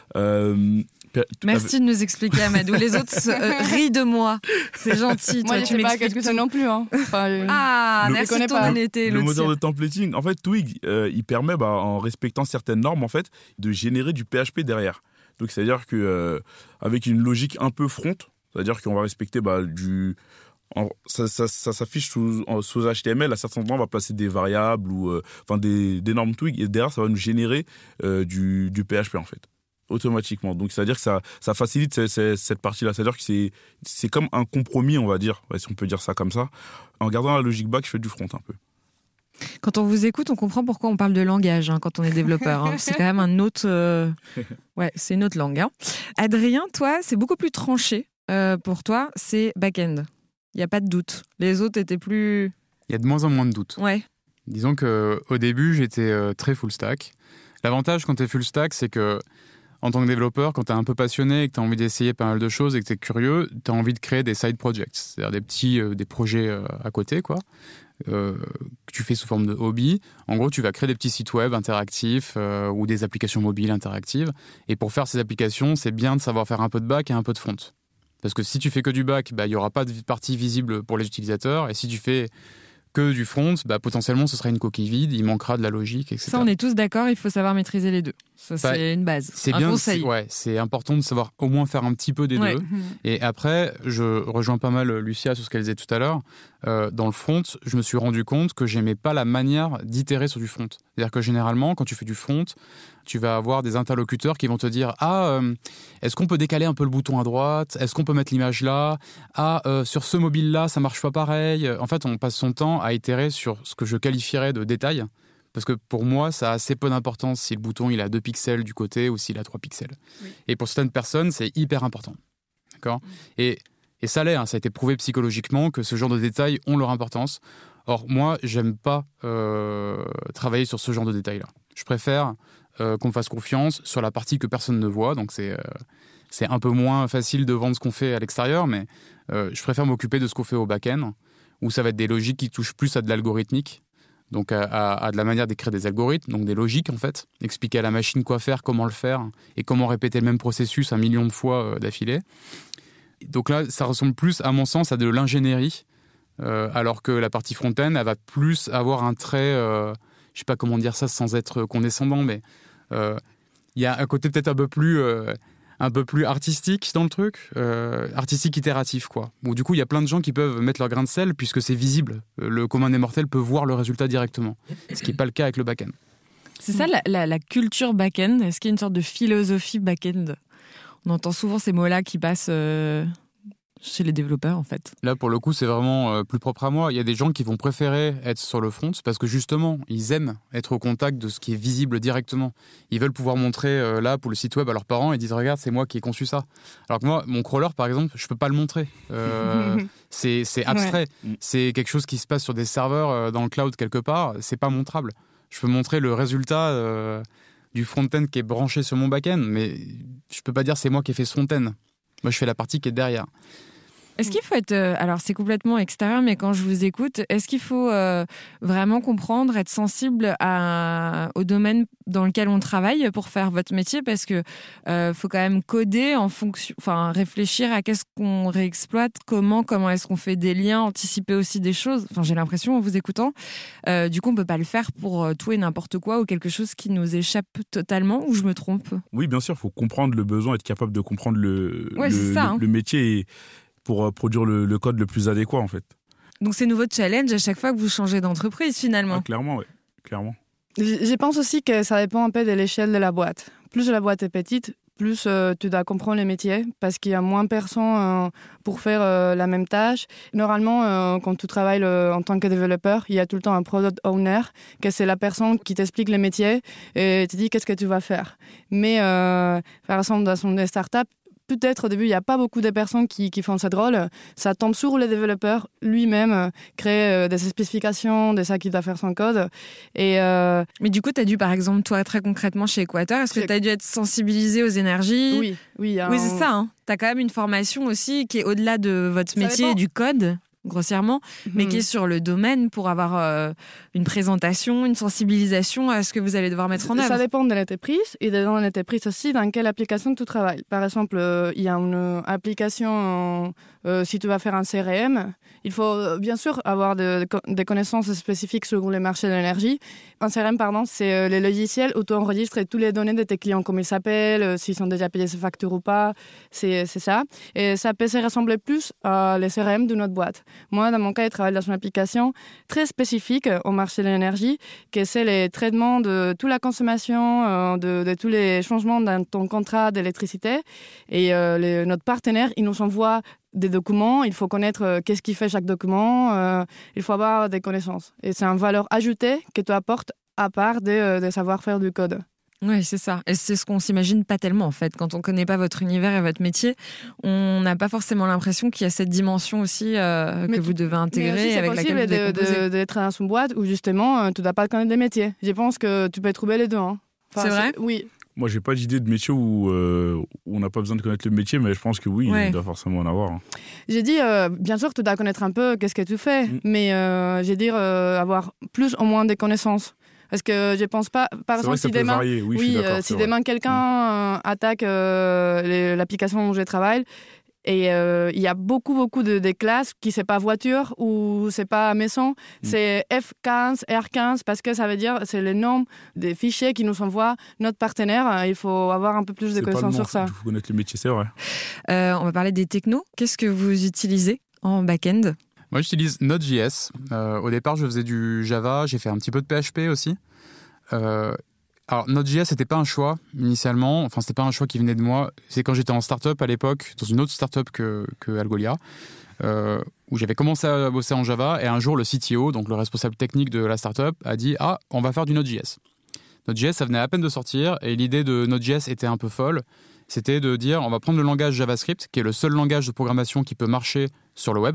E: Euh,
C: Merci de nous expliquer, Amadou. Les autres euh, rient de moi. C'est gentil.
D: Moi,
C: Toi,
D: je
C: tu
D: sais pas
C: m'expliques
D: qu'est-ce que c'est
C: tout.
D: non plus. Hein. Enfin, euh,
C: Ah,
E: Le-
C: merci
D: je connais
C: de ton
D: pas.
C: honnêteté.
E: Le moteur
C: tir.
E: de templating, en fait, Twig, euh, il permet, bah, en respectant certaines normes, en fait, de générer du P H P derrière. Donc, c'est-à-dire que euh, avec une logique un peu front, c'est-à-dire qu'on va respecter bah, du, en- ça, ça, ça s'affiche sous, en- sous H T M L. À certains endroits, on va placer des variables ou euh, enfin des, des normes Twig, et derrière, ça va nous générer euh, du, du P H P, en fait, automatiquement. Donc, c'est-à-dire que ça, ça facilite cette, cette, cette partie-là. C'est-à-dire que c'est, c'est comme un compromis, on va dire, ouais, si on peut dire ça comme ça. En gardant la logique back, je fais du front un peu.
C: Quand on vous écoute, on comprend pourquoi on parle de langage hein, quand on est développeur. Hein. C'est quand même un autre... euh, Ouais, c'est une autre langue. Hein. Adrien, toi, c'est beaucoup plus tranché. Euh, pour toi, c'est back-end. Il n'y a pas de doute. Les autres étaient plus...
F: Il y a de moins en moins de doutes.
C: Ouais.
F: Disons qu'au début, j'étais euh, très full stack. L'avantage quand tu es full stack, c'est que en tant que développeur, quand tu es un peu passionné et que tu as envie d'essayer pas mal de choses et que tu es curieux, tu as envie de créer des side projects, c'est-à-dire des petits euh, des projets euh, à côté, quoi, euh, que tu fais sous forme de hobby. En gros, tu vas créer des petits sites web interactifs euh, ou des applications mobiles interactives. Et pour faire ces applications, c'est bien de savoir faire un peu de back et un peu de front. Parce que si tu fais que du back, bah, il n'y aura pas de partie visible pour les utilisateurs. Et si tu fais que du front, bah, potentiellement, ce sera une coquille vide, il manquera de la logique, et cetera.
C: Ça, on est tous d'accord, il faut savoir maîtriser les deux. Ça,
F: Bah,
C: c'est une base.
F: C'est
C: un
F: bien,
C: conseil.
F: c'est, ouais, c'est important de savoir au moins faire un petit peu des
C: Ouais.
F: deux. Et après, je rejoins pas mal Lucia sur ce qu'elle disait tout à l'heure. Euh, dans le front, je me suis rendu compte que j'aimais pas la manière d'itérer sur du front. C'est-à-dire que généralement, quand tu fais du front, tu vas avoir des interlocuteurs qui vont te dire « Ah, euh, est-ce qu'on peut décaler un peu le bouton à droite ? Est-ce qu'on peut mettre l'image là ? Ah, euh, sur ce mobile-là, ça marche pas pareil. » En fait, on passe son temps à itérer sur ce que je qualifierais de détail. Parce que pour moi, ça a assez peu d'importance si le bouton il a deux pixels du côté ou s'il a trois pixels. Oui. Et pour certaines personnes, c'est hyper important. D'accord ? Et, et ça l'est, hein, ça a été prouvé psychologiquement que ce genre de détails ont leur importance. Or, moi, j'aime pas euh, travailler sur ce genre de détails-là. Je préfère euh, qu'on me fasse confiance sur la partie que personne ne voit. Donc, c'est, euh, c'est un peu moins facile de vendre ce qu'on fait à l'extérieur, mais euh, je préfère m'occuper de ce qu'on fait au back-end, où ça va être des logiques qui touchent plus à de l'algorithmique, donc à, à, à de la manière d'écrire des algorithmes, donc des logiques en fait, expliquer à la machine quoi faire, comment le faire, et comment répéter le même processus un million de fois euh, d'affilée. Donc là, ça ressemble plus, à mon sens, à de l'ingénierie, euh, alors que la partie front-end, elle va plus avoir un trait, euh, je sais pas comment dire ça sans être condescendant, mais il euh, y a un côté peut-être un peu plus, euh, un peu plus artistique dans le truc, euh, artistique itératif quoi. Bon, du coup, il y a plein de gens qui peuvent mettre leur grain de sel puisque c'est visible. Le commun des mortels peut voir le résultat directement, ce qui n'est pas le cas avec le back-end.
C: C'est ça la, la, la culture back-end. Est-ce qu'il y a une sorte de philosophie back-end ? On entend souvent ces mots-là qui passent euh, chez les développeurs, en fait.
F: Là, pour le coup, c'est vraiment euh, plus propre à moi. Il y a des gens qui vont préférer être sur le front parce que, justement, ils aiment être au contact de ce qui est visible directement. Ils veulent pouvoir montrer euh, l'app ou le site web à leurs parents et disent « Regarde, c'est moi qui ai conçu ça ». Alors que moi, mon crawler, par exemple, je ne peux pas le montrer. Euh, c'est, c'est abstrait. Ouais. C'est quelque chose qui se passe sur des serveurs euh, dans le cloud quelque part. C'est pas montrable. Je peux montrer le résultat euh, du front-end qui est branché sur mon back-end, mais je peux pas dire c'est moi qui ai fait ce front-end. Moi, je fais la partie qui est derrière.
C: Est-ce qu'il faut être... Euh, alors, c'est complètement extérieur, mais quand je vous écoute, est-ce qu'il faut euh, vraiment comprendre, être sensible à, au domaine dans lequel on travaille pour faire votre métier ? Parce qu'il euh, faut quand même coder en fonction... Enfin, réfléchir à qu'est-ce qu'on réexploite, comment, comment est-ce qu'on fait des liens, anticiper aussi des choses. Enfin, j'ai l'impression, en vous écoutant, euh, du coup, on ne peut pas le faire pour euh, tout et n'importe quoi ou quelque chose qui nous échappe totalement, ou je me trompe ?
E: Oui, bien sûr, il faut comprendre le besoin, être capable de comprendre le,
C: ouais,
E: le,
C: ça,
E: le,
C: hein.
E: le métier et pour produire le, le code le plus adéquat, en fait.
C: Donc, c'est nouveau challenge à chaque fois que vous changez d'entreprise, finalement.
E: Ah, clairement, oui. Clairement.
D: Je pense aussi que ça dépend un peu de l'échelle de la boîte. Plus la boîte est petite, plus euh, tu dois comprendre les métiers parce qu'il y a moins de personnes euh, pour faire euh, la même tâche. Normalement, euh, quand tu travailles euh, en tant que développeur, il y a tout le temps un product owner, que c'est la personne qui t'explique les métiers et te dit qu'est-ce que tu vas faire. Mais euh, par exemple, dans une startup, peut-être au début, il n'y a pas beaucoup de personnes qui, qui font ce rôle. Ça tombe sur le développeur lui-même, euh, créer euh, des spécifications, de ça qu'il doit faire son code. Et, euh...
C: Mais du coup, tu as dû, par exemple, toi, très concrètement chez Equator, est-ce que tu as dû être sensibilisé aux énergies ?
D: Oui, oui. Un...
C: Oui, c'est ça. Hein. Tu as quand même une formation aussi qui est au-delà de votre
D: ça
C: métier
D: dépend.
C: et du code, grossièrement, mmh. mais qui est sur le domaine pour avoir euh, une présentation, une sensibilisation à ce que vous allez devoir mettre en œuvre.
D: Ça dépend de l'entreprise et de l'entreprise aussi dans quelle application tu travailles. Par exemple, euh, il y a une application, euh, si tu vas faire un C R M, il faut euh, bien sûr avoir de, de, des connaissances spécifiques sur les marchés de l'énergie. Un C R M, pardon, c'est euh, les logiciels où tu enregistres toutes les données de tes clients, comme ils s'appellent, euh, s'ils sont déjà payés ses factures ou pas, c'est, c'est ça. Et ça peut se ressembler plus à les C R M de notre boîte. Moi, dans mon cas, je travaille dans une application très spécifique au marché de l'énergie, qui c'est les traitements de toute la consommation, euh, de, de tous les changements dans ton contrat d'électricité. Et euh, les, notre partenaire, il nous envoie des documents, il faut connaître euh, qu'est-ce qui fait chaque document, euh, il faut avoir des connaissances. Et c'est une valeur ajoutée que tu apportes à part de, de savoir faire du code.
C: Oui, c'est ça. Et c'est ce qu'on s'imagine pas tellement, en fait. Quand on connaît pas votre univers et votre métier, on n'a pas forcément l'impression qu'il y a cette dimension aussi euh, que tu, vous devez intégrer avec laquelle vous devez composer. C'est possible
D: d'être dans une boîte où, justement, euh, tu ne dois pas connaître des métiers. Je pense que tu peux trouver les deux. Hein.
C: Enfin, c'est vrai ?
D: Oui.
E: Moi, j'ai pas d'idée de métier où, euh, où on n'a pas besoin de connaître le métier, mais je pense que oui, ouais. Il doit forcément en avoir. Hein.
D: J'ai dit, euh, bien sûr, tu dois connaître un peu qu'est-ce que tu fais, mmh. mais euh, j'ai dit euh, avoir plus ou moins des connaissances. Parce que je pense pas, par
E: c'est
D: exemple,
E: vrai que ça
D: si,
E: peut
D: demain,
E: varier. Oui,
D: oui,
E: je suis d'accord,
D: euh, si
E: vrai.
D: demain quelqu'un mmh. euh, attaque euh, les, l'application où je travaille, et euh, il y a beaucoup, beaucoup de, de classes qui c'est pas voiture ou c'est pas maison, mmh. c'est F quinze, R quinze, parce que ça veut dire c'est le nom des fichiers qui nous envoie notre partenaire. Il faut avoir un peu plus de connaissances sur ça.
E: Il faut connaître le métier, c'est vrai.
C: Euh, on va parler des technos. Qu'est-ce que vous utilisez en back-end ?
F: Moi, j'utilise Node.js. Euh, au départ, je faisais du Java. J'ai fait un petit peu de P H P aussi. Euh, alors, Node.js, c'était pas un choix initialement. Enfin, c'était pas un choix qui venait de moi. C'est quand j'étais en start-up à l'époque, dans une autre start-up que, que Algolia, euh, où j'avais commencé à bosser en Java. Et un jour, le C T O, donc le responsable technique de la start-up, a dit « Ah, on va faire du Node.js ». Node.js, ça venait à peine de sortir. Et l'idée de Node.js était un peu folle. C'était de dire « On va prendre le langage JavaScript, qui est le seul langage de programmation qui peut marcher sur le web ».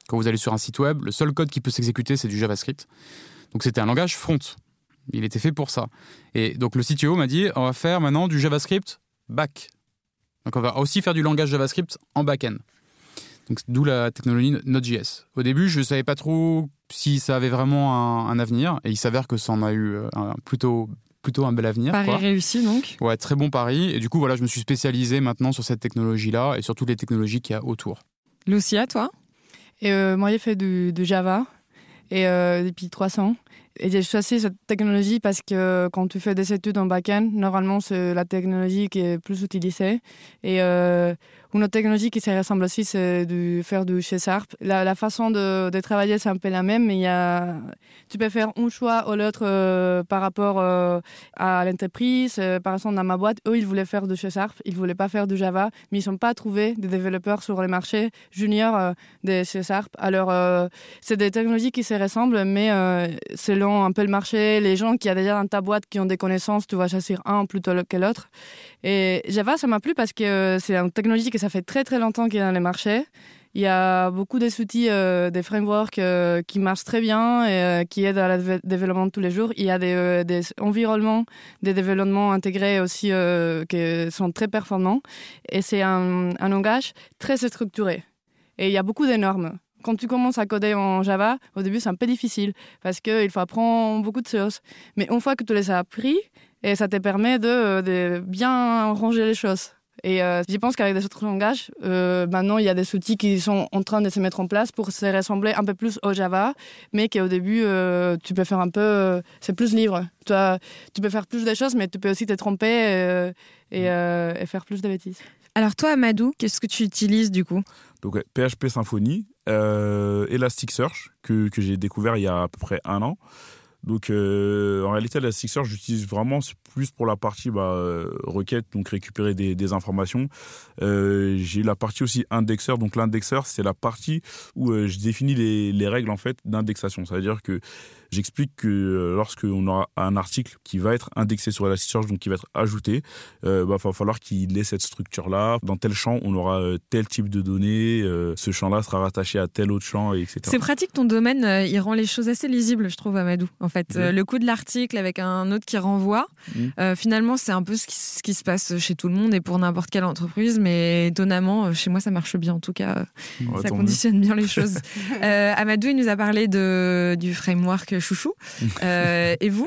F: Quand vous allez sur un site web, le seul code qui peut s'exécuter, c'est du JavaScript. Donc c'était un langage front. Il était fait pour ça. Et donc le C T O m'a dit, on va faire maintenant du JavaScript back. Donc on va aussi faire du langage JavaScript en back-end. Donc d'où la technologie Node.js. Au début, je ne savais pas trop si ça avait vraiment un, un avenir. Et il s'avère que ça en a eu un, plutôt, plutôt un bel avenir.
C: Pari
F: quoi.
C: réussi donc.
F: Ouais, très bon pari. Et du coup, voilà, je me suis spécialisé maintenant sur cette technologie-là et sur toutes les technologies qu'il y a autour.
C: Lucia, toi ?
D: Et euh, moi, j'ai fait du, du Java et, euh, depuis trois ans. Et j'ai choisi cette technologie parce que quand tu fais des études en back-end, normalement, c'est la technologie qui est plus utilisée. Et euh, une autre technologie qui se ressemble aussi, c'est de faire du C Sharp. La, la façon de, de travailler, c'est un peu la même, mais il y a, tu peux faire un choix ou l'autre euh, par rapport euh, à l'entreprise. Euh, par exemple, dans ma boîte, eux, ils voulaient faire du C Sharp, ils ne voulaient pas faire du Java, mais ils n'ont pas trouvé des développeurs sur le marché juniors euh, de C Sharp. Alors, euh, c'est des technologies qui se ressemblent, mais euh, selon un peu le marché, les gens qui ont déjà dans ta boîte qui ont des connaissances, tu vas choisir un plutôt que l'autre. Et Java, ça m'a plu parce que c'est une technologie que ça fait très très longtemps qu'il est dans les marchés. Il y a beaucoup des outils, euh, des frameworks euh, qui marchent très bien et euh, qui aident à le développement de tous les jours. Il y a des, euh, des environnements, des développements intégrés aussi euh, qui sont très performants. Et c'est un, un langage très structuré. Et il y a beaucoup de normes. Quand tu commences à coder en Java, au début, c'est un peu difficile parce qu'il faut apprendre beaucoup de choses. Mais une fois que tu les as appris, et ça te permet de, de bien ranger les choses. Et euh, je pense qu'avec des autres langages, euh, maintenant, il y a des outils qui sont en train de se mettre en place pour se ressembler un peu plus au Java, mais qu'au début, euh, tu peux faire un peu... Euh, c'est plus libre. Tu, as, tu peux faire plus de choses, mais tu peux aussi te tromper euh, et, euh, et faire plus de bêtises.
C: Alors toi, Amadou, qu'est-ce que tu utilises du coup ?
E: Donc ouais, P H P Symfony, euh, Elasticsearch, que, que j'ai découvert il y a à peu près un an. Donc euh, en réalité, Elasticsearch, j'utilise vraiment plus pour la partie bah, euh, requête, donc récupérer des, des informations. Euh, j'ai la partie aussi indexeur. Donc l'indexeur, c'est la partie où euh, je définis les, les règles en fait d'indexation. C'est-à-dire que j'explique que euh, lorsqu'on aura un article qui va être indexé sur Elasticsearch, donc qui va être ajouté, euh, bah, va falloir qu'il ait cette structure-là. Dans tel champ, on aura euh, tel type de données. Euh, ce champ-là sera rattaché à tel autre champ, et cetera.
C: C'est pratique, ton domaine, euh, il rend les choses assez lisibles, je trouve, Amadou. En fait,
E: Oui.
C: euh, le coup de l'article avec un autre qui renvoie,
E: Mmh.
C: euh, finalement, c'est un peu ce qui, ce qui se passe chez tout le monde et pour n'importe quelle entreprise. Mais étonnamment, euh, chez moi, ça marche bien. En tout cas, euh,
E: Ouais,
C: ça
E: tant
C: conditionne bien les choses. euh, Amadou, il nous a parlé de, du framework Chouchou. Euh, et vous ?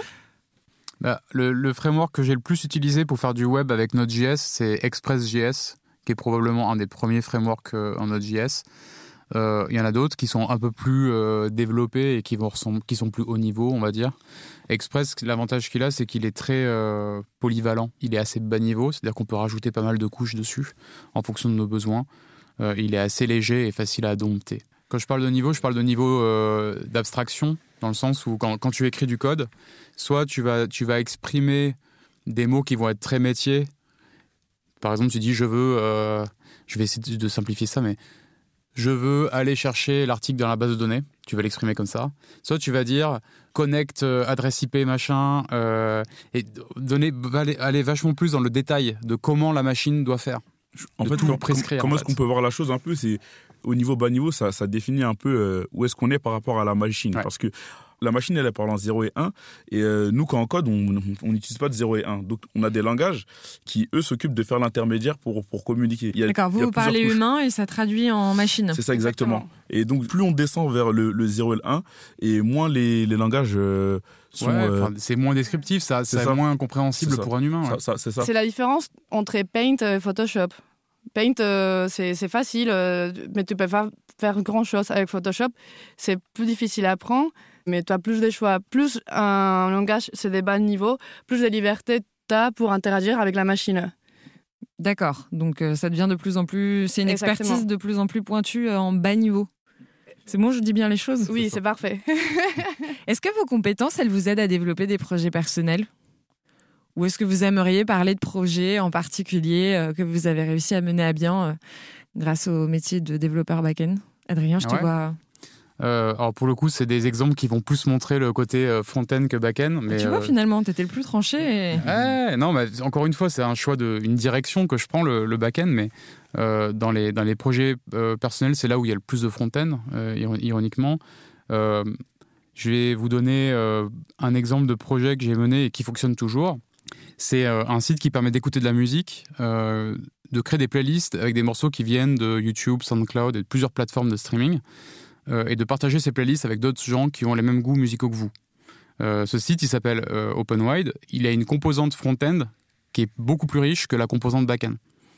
F: Bah, le, le framework que j'ai le plus utilisé pour faire du web avec Node.js, c'est Express.js, qui est probablement un des premiers frameworks euh, en Node.js. Euh, il y en a d'autres qui sont un peu plus euh, développés et qui, vont ressembler, qui sont plus haut niveau, on va dire. Express, l'avantage qu'il a, c'est qu'il est très euh, polyvalent. Il est assez bas niveau, c'est-à-dire qu'on peut rajouter pas mal de couches dessus en fonction de nos besoins. Euh, il est assez léger et facile à dompter. Quand je parle de niveau, je parle de niveau euh, d'abstraction, dans le sens où quand, quand tu écris du code, soit tu vas, tu vas exprimer des mots qui vont être très métiers. Par exemple, tu dis, je veux... Euh, je vais essayer de simplifier ça, mais... Je veux aller chercher l'article dans la base de données. Tu vas l'exprimer comme ça. Soit tu vas dire connect, euh, adresse I P, machin, euh, et donner, aller, aller vachement plus dans le détail de comment la machine doit faire.
E: En
F: de
E: fait,
F: tout
E: com-
F: prescrire,
E: comment
F: en
E: est-ce
F: fait.
E: qu'on peut voir la chose un peu, c'est au niveau bas niveau, ça, ça définit un peu euh, où est-ce qu'on est par rapport à la machine.
F: Ouais.
E: Parce que la machine, elle est parlant zéro et un. Et euh, nous, quand on code, on n'utilise pas de zéro et un. Donc, on a des langages qui, eux, s'occupent de faire l'intermédiaire pour, pour communiquer. Il y a,
C: D'accord, vous,
E: il y a
C: vous
E: plusieurs
C: parlez
E: couches.
C: humain et ça traduit en machine.
E: C'est ça, exactement.
D: Exactement.
E: Et donc, plus on descend vers le, le zéro et le un, et moins les, les langages euh, sont...
F: Ouais,
E: euh,
F: enfin, c'est moins descriptif, ça,
E: c'est
F: c'est
E: ça.
F: moins compréhensible
E: C'est ça.
F: pour un humain.
E: ça,
F: Ouais.
E: ça, c'est ça.
D: C'est la différence entre Paint et Photoshop. Paint, euh, c'est, c'est facile, euh, mais tu peux pas faire grand-chose avec Photoshop. C'est plus difficile à apprendre, mais tu as plus de choix. Plus un langage, c'est des bas niveaux, plus de liberté tu as pour interagir avec la machine.
C: D'accord, donc euh, ça devient de plus en plus... C'est une
D: Exactement.
C: expertise de plus en plus pointue euh, en bas niveau. C'est bon, je dis bien les choses ?
D: Oui,
E: C'est
D: c'est,
E: ça.
D: parfait.
C: Est-ce que vos compétences, elles vous aident à développer des projets personnels ? Ou est-ce que vous aimeriez parler de projets en particulier euh, que vous avez réussi à mener à bien euh, grâce au métier de développeur back-end ? Adrien, je te
F: Ouais.
C: vois...
F: Euh, alors pour le coup, c'est des exemples qui vont plus montrer le côté euh, front-end que back-end. Mais
C: tu vois,
F: euh...
C: finalement, t'étais le plus tranché. Et...
F: Ouais, non, mais encore une fois, c'est un choix de, une direction que je prends, le, le back-end, mais euh, dans les dans les projets euh, personnels, c'est là où il y a le plus de front-end, euh, ironiquement. Euh, je vais vous donner euh, un exemple de projet que j'ai mené et qui fonctionne toujours. C'est euh, un site qui permet d'écouter de la musique, euh, de créer des playlists avec des morceaux qui viennent de YouTube, SoundCloud et de plusieurs plateformes de streaming. Euh, et de partager ces playlists avec d'autres gens qui ont les mêmes goûts musicaux que vous. Euh, ce site, il s'appelle euh, OpenWide. Il a une composante front-end qui est beaucoup plus riche que la composante back-end.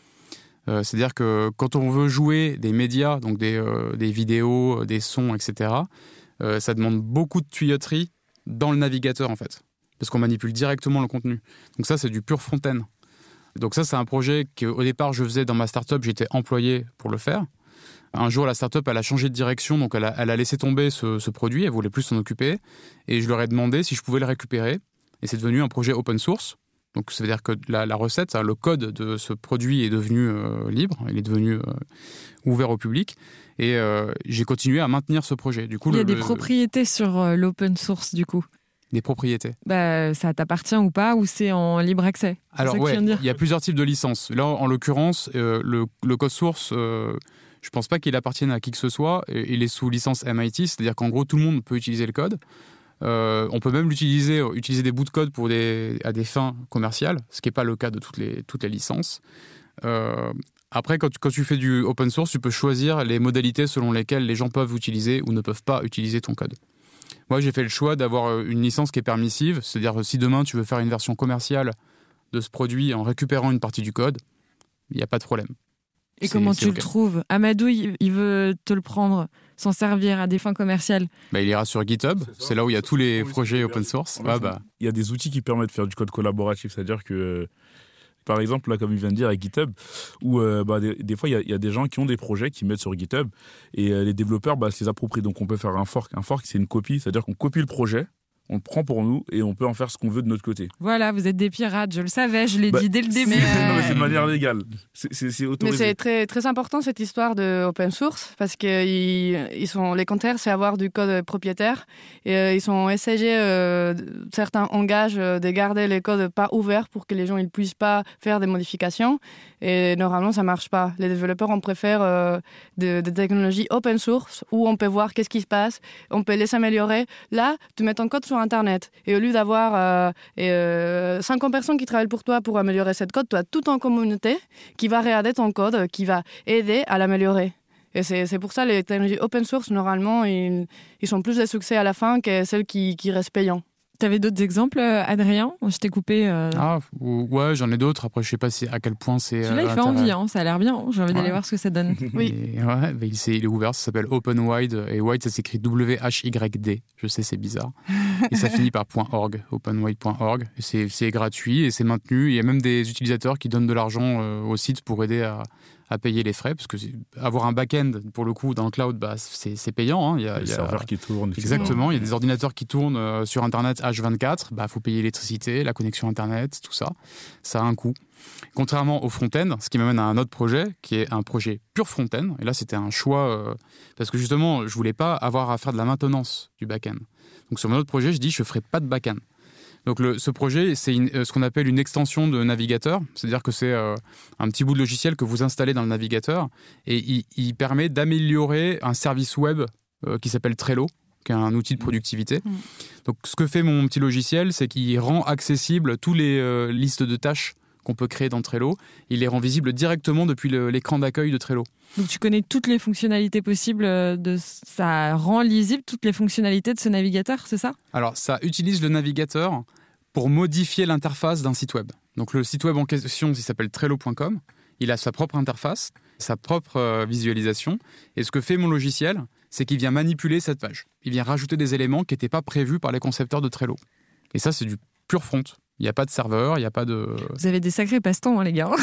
F: Euh, c'est-à-dire que quand on veut jouer des médias, donc des, euh, des vidéos, des sons, et cetera, euh, ça demande beaucoup de tuyauterie dans le navigateur, en fait. Parce qu'on manipule directement le contenu. Donc ça, c'est du pur front-end. Donc ça, c'est un projet qu'au départ, je faisais dans ma startup. J'étais employé pour le faire. Un jour, la startup, elle a changé de direction, donc elle a, elle a laissé tomber ce, ce produit, elle voulait plus s'en occuper, et je leur ai demandé si je pouvais le récupérer, et c'est devenu un projet open source. Donc ça veut dire que la, la recette, le code de ce produit est devenu euh, libre, il est devenu euh, ouvert au public, et euh, j'ai continué à maintenir ce projet. Du coup,
C: il y a
F: le,
C: des
F: le,
C: propriétés sur euh, l'open source, du coup.
F: Des propriétés.
C: Bah, ça t'appartient ou pas, ou c'est en libre accès?
F: Alors ouais, il y a plusieurs types de licences. Là, en l'occurrence, euh, le, le code source. Euh, Je ne pense pas qu'il appartienne à qui que ce soit. Il est sous licence M I T, c'est-à-dire qu'en gros, tout le monde peut utiliser le code. Euh, on peut même l'utiliser, utiliser des bouts de code pour des, à des fins commerciales, ce qui n'est pas le cas de toutes les, toutes les licences. Euh, après, quand tu, quand tu fais du open source, tu peux choisir les modalités selon lesquelles les gens peuvent utiliser ou ne peuvent pas utiliser ton code. Moi, j'ai fait le choix d'avoir une licence qui est permissive, c'est-à-dire si demain tu veux faire une version commerciale de ce produit en récupérant une partie du code, il n'y a pas de problème.
C: Et c'est, comment c'est tu okay. le trouves? Amadou, il veut te le prendre, s'en servir à des fins commerciales.
F: Bah, il ira sur GitHub, c'est, c'est là où il y a tous les projets open source.
E: Ah, bah. Il y a des outils qui permettent de faire du code collaboratif, c'est-à-dire que, par exemple, là, comme il vient de dire, avec GitHub, où euh, bah, des, des fois, il y, a, il y a des gens qui ont des projets qui mettent sur GitHub, et euh, les développeurs bah, se les approprient. Donc, on peut faire un fork. Un fork, c'est une copie, c'est-à-dire qu'on copie le projet, on le prend pour nous et on peut en faire ce qu'on veut de notre côté.
C: Voilà, vous êtes des pirates, je le savais, je l'ai bah, dit dès le début.
E: C'est, non, mais c'est de manière légale, c'est, c'est, c'est autorisé.
D: Mais c'est très, très important cette histoire de open source parce que ils, ils sont, les contraires, c'est avoir du code propriétaire et euh, ils sont essayés, euh, certains engagent euh, de garder les codes pas ouverts pour que les gens ne puissent pas faire des modifications et normalement ça marche pas. Les développeurs on préfère euh, des de technologies open source où on peut voir qu'est-ce qui se passe, on peut les améliorer. Là, tu mets ton code sur Internet. Et au lieu d'avoir euh, euh, cinquante personnes qui travaillent pour toi pour améliorer cette code, tu as tout en communauté qui va regarder ton code, qui va aider à l'améliorer. Et c'est, c'est pour ça que les technologies open source, normalement, ils, ils sont plus de succès à la fin que celles qui, qui restent payantes.
C: Tu avais d'autres exemples, Adrien? Je t'ai coupé. Euh...
F: Ah, ouais, j'en ai d'autres. Après, je sais pas si, à quel point c'est.
C: Celui-là, euh, il fait envie, hein. Ça a l'air bien. J'ai envie ouais. d'aller voir ce que ça donne.
F: Oui. Et, ouais, il, c'est, il est ouvert, ça s'appelle OpenWide. Et Wide, ça s'écrit W H Y D. Je sais, c'est bizarre. Et ça finit par .org, openwide point org. Et c'est, c'est gratuit et c'est maintenu. Il y a même des utilisateurs qui donnent de l'argent euh, au site pour aider à. à payer les frais, parce que avoir un back-end, pour le coup, dans le cloud, bah, c'est, c'est payant. Hein. Il y a,
E: les
F: il y a,
E: serveurs qui tournent.
F: Exactement, il y a des ordinateurs qui tournent euh, sur Internet H vingt-quatre, bah, faut payer l'électricité, la connexion Internet, tout ça. Ça a un coût. Contrairement au front-end, ce qui m'amène à un autre projet, qui est un projet pur front-end. Et là, c'était un choix, euh, parce que justement, je voulais pas avoir à faire de la maintenance du back-end. Donc sur mon autre projet, je dis, je ferai pas de back-end. Donc le, ce projet, c'est une, euh, ce qu'on appelle une extension de navigateur, c'est-à-dire que c'est euh, un petit bout de logiciel que vous installez dans le navigateur et il, il permet d'améliorer un service web euh, qui s'appelle Trello, qui est un outil de productivité. Mmh. Donc ce que fait mon petit logiciel, c'est qu'il rend accessible toutes les euh, listes de tâches qu'on peut créer dans Trello. Il les rend visibles directement depuis le, l'écran d'accueil de Trello.
C: Donc tu connais toutes les fonctionnalités possibles, de, ça rend lisible toutes les fonctionnalités de ce navigateur, c'est ça? Alors
F: ça utilise le navigateur pour modifier l'interface d'un site web. Donc le site web en question, il s'appelle Trello point com. Il a sa propre interface, sa propre euh, visualisation. Et ce que fait mon logiciel, c'est qu'il vient manipuler cette page. Il vient rajouter des éléments qui n'étaient pas prévus par les concepteurs de Trello. Et ça, c'est du pur front. Il n'y a pas de serveur, il n'y a pas de...
C: Vous avez des sacrés passe-temps, hein, les gars.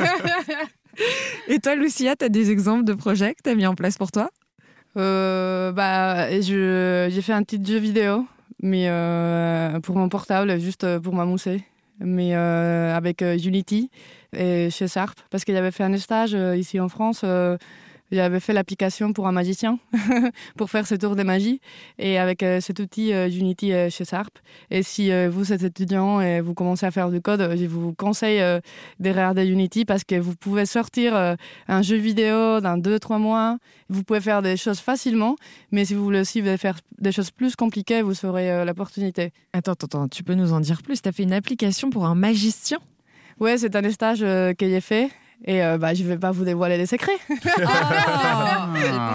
C: Et toi, Lucia, tu as des exemples de projets que tu as mis en place pour toi?
D: euh, bah, je, J'ai fait un petit jeu vidéo, mais euh, pour mon portable, juste pour m'amuser. Mais euh, avec euh, Unity et chez Sharp, parce qu'il avait fait un stage euh, ici en France euh, J'avais fait l'application pour un magicien pour faire ce tour de magie et avec euh, cet outil euh, Unity euh, chez Sharp. Et si euh, vous êtes étudiant et vous commencez à faire du code, je vous conseille euh, de regarder Unity parce que vous pouvez sortir euh, un jeu vidéo dans deux trois mois. Vous pouvez faire des choses facilement, mais si vous voulez aussi faire des choses plus compliquées, vous aurez euh, l'opportunité.
C: Attends, attends, attends, tu peux nous en dire plus? Tu as fait une application pour un magicien?
D: Ouais, c'est un des stages euh, que j'ai fait. Et euh, bah, je ne vais pas vous dévoiler les secrets.
C: Ah,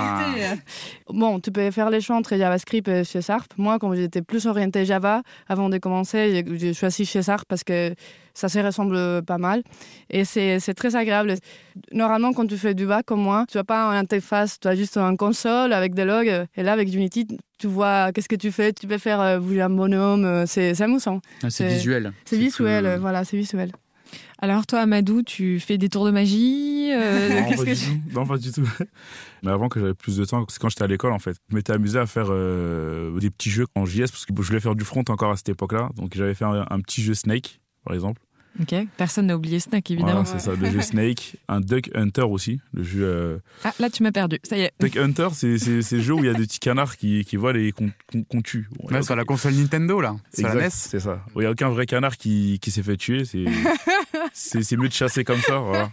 D: Bon, tu peux faire les champs très JavaScript chez Sharp. Moi, comme j'étais plus orientée Java, avant de commencer, j'ai choisi chez Sharp parce que ça se ressemble pas mal. Et c'est, c'est très agréable. Normalement, quand tu fais du bac comme moi, tu n'as pas une interface, tu as juste une console avec des logs. Et là, avec Unity, tu vois qu'est-ce que tu fais. Tu peux faire bouger un bonhomme. C'est, c'est amusant.
F: Ah, c'est, c'est visuel.
D: C'est, c'est visuel, que... voilà, c'est visuel.
C: Alors toi, Amadou, tu fais des tours de magie euh,
E: non,
C: qu'est-ce
E: pas
C: que
E: du
C: tu...
E: tout. Non, pas du tout. Mais avant que j'avais plus de temps, c'est quand j'étais à l'école en fait. Je m'étais amusé à faire euh, des petits jeux en J S parce que je voulais faire du front encore à cette époque-là. Donc j'avais fait un, un petit jeu Snake, par exemple.
C: Ok, personne n'a oublié Snake, évidemment.
E: Voilà, c'est ça, le jeu Snake. Un Duck Hunter aussi, le jeu... Euh...
C: Ah, là, tu m'as perdu, ça y est.
E: Duck Hunter, c'est, c'est, c'est le jeu où il y a des petits canards qui, qui volent et qu'on, qu'on, qu'on tue.
F: Ouais, sur la console Nintendo, là. Sur
E: exact,
F: la N E S.
E: C'est ça. Il n'y a aucun vrai canard qui, qui s'est fait tuer. C'est, c'est, c'est mieux de chasser comme ça, voilà.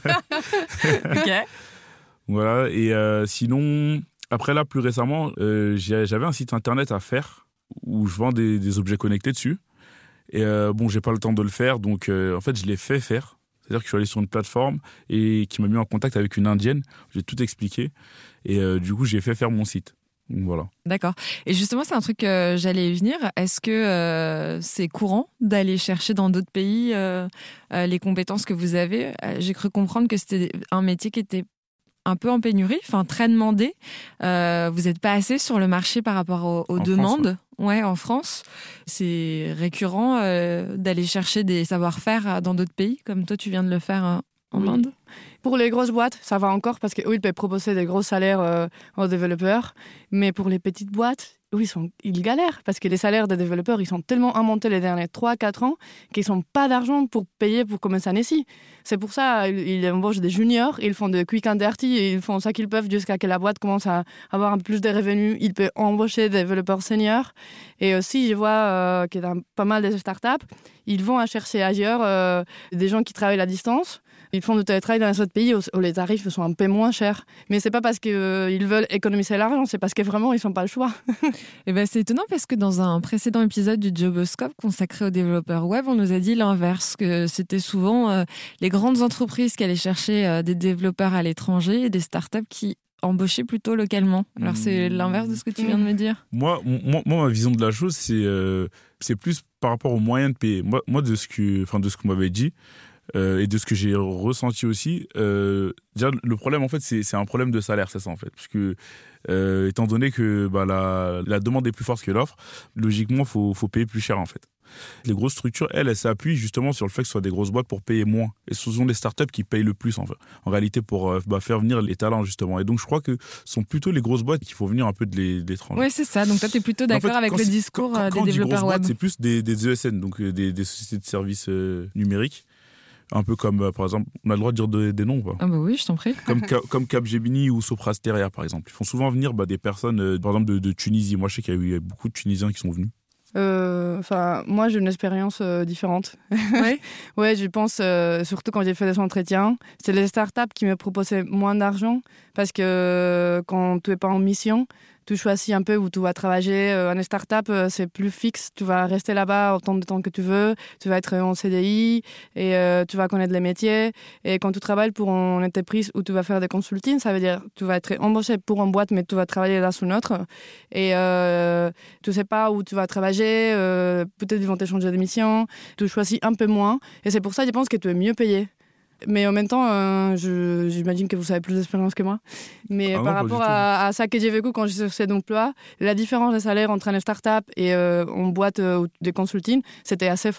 C: Ok.
E: Voilà, et euh, sinon... Après là, plus récemment, euh, j'avais un site internet à faire où je vends des, des objets connectés dessus. Et euh, bon, j'ai pas le temps de le faire, donc euh, en fait, je l'ai fait faire. C'est-à-dire que je suis allé sur une plateforme et qui m'a mis en contact avec une Indienne. J'ai tout expliqué et euh, du coup, j'ai fait faire mon site. Donc voilà.
C: D'accord. Et justement, c'est un truc que j'allais y venir. Est-ce que euh, c'est courant d'aller chercher dans d'autres pays euh, euh, les compétences que vous avez? J'ai cru comprendre que c'était un métier qui était un peu en pénurie, enfin très demandé. Euh, vous n'êtes pas assez sur le marché par rapport aux, aux demandes. France, ouais. ouais, en France, c'est récurrent euh, d'aller chercher des savoir-faire dans d'autres pays, comme toi tu viens de le faire hein, en
D: oui.
C: Inde.
D: Pour les grosses boîtes, ça va encore parce qu'eux, ils peuvent proposer des gros salaires euh, aux développeurs. Mais pour les petites boîtes, eux, ils, sont, ils galèrent parce que les salaires des développeurs, ils sont tellement augmentés les derniers trois à quatre ans qu'ils n'ont pas d'argent pour payer pour commencer ici. C'est pour ça qu'ils embauchent des juniors, ils font de quick and dirty, et ils font ça qu'ils peuvent jusqu'à ce que la boîte commence à avoir un peu plus de revenus. Ils peuvent embaucher des développeurs seniors. Et aussi, je vois euh, qu'il y a pas mal de startups, ils vont à chercher ailleurs euh, des gens qui travaillent à distance. Ils font du télétravail dans les autres pays où les tarifs sont un peu moins chers. Mais c'est pas parce qu'ils euh, veulent économiser l'argent, c'est parce que vraiment, ils n'ont pas le choix.
C: Et ben, c'est étonnant parce que dans un précédent épisode du Joboscope consacré aux développeurs web, on nous a dit l'inverse, que c'était souvent euh, les grandes entreprises qui allaient chercher euh, des développeurs à l'étranger et des startups qui embauchaient plutôt localement. Alors c'est l'inverse de ce que tu viens de me dire.
E: Moi, moi, moi ma vision de la chose, c'est, euh, c'est plus par rapport aux moyens de payer. Moi, moi de ce que, enfin, de ce qu'on m'avait dit, Euh, et de ce que j'ai ressenti aussi, euh, déjà le problème en fait c'est, c'est un problème de salaire, c'est ça en fait, parce que euh, étant donné que bah, la, la demande est plus forte que l'offre, logiquement faut faut payer plus cher en fait. Les grosses structures, elles, elles s'appuient justement sur le fait que ce soit des grosses boîtes pour payer moins. Et ce sont les startups qui payent le plus en fait, en réalité pour euh, bah, faire venir les talents justement. Et donc je crois que ce sont plutôt les grosses boîtes qui font venir un peu de, les, de l'étranger.
C: Oui, c'est ça. Donc toi, tu es plutôt d'accord en fait, avec le discours
E: quand, quand,
C: des
E: quand
C: développeurs web.
E: Boîtes, c'est plus des, des E S N, donc des, des sociétés de services euh, numériques. Un peu comme, euh, par exemple, on a le droit de dire de, des noms ou pas?
C: Ah bah oui, je t'en prie.
E: Comme, comme Capgemini ou Soprasteria, par exemple. Ils font souvent venir bah, des personnes, euh, par exemple, de, de Tunisie. Moi, je sais qu'il y a eu beaucoup de Tunisiens qui sont venus.
D: Enfin, euh, moi, j'ai une expérience euh, différente.
C: Ouais.
D: Ouais, je pense, euh, surtout quand j'ai fait des entretiens, c'est les startups qui me proposaient moins d'argent parce que euh, quand tu n'es pas en mission, tu choisis un peu où tu vas travailler. Euh, une start-up, euh, c'est plus fixe. Tu vas rester là-bas autant de temps que tu veux. Tu vas être en C D I et euh, tu vas connaître les métiers. Et quand tu travailles pour une entreprise où tu vas faire des consulting, ça veut dire que tu vas être embauché pour une boîte, mais tu vas travailler dans une autre. Et euh, tu ne sais pas où tu vas travailler. Euh, peut-être ils vont te changer de mission. Tu choisis un peu moins. Et c'est pour ça que je pense que tu es mieux payé. Mais en même temps, euh, je, j'imagine que vous avez plus d'expérience que moi. Mais
E: ah
D: par
E: non,
D: rapport à, à ça que j'ai vécu quand j'ai cherché d'emploi, la différence de salaire entre une start-up et euh, une boîte euh, de consulting, c'était assez forte.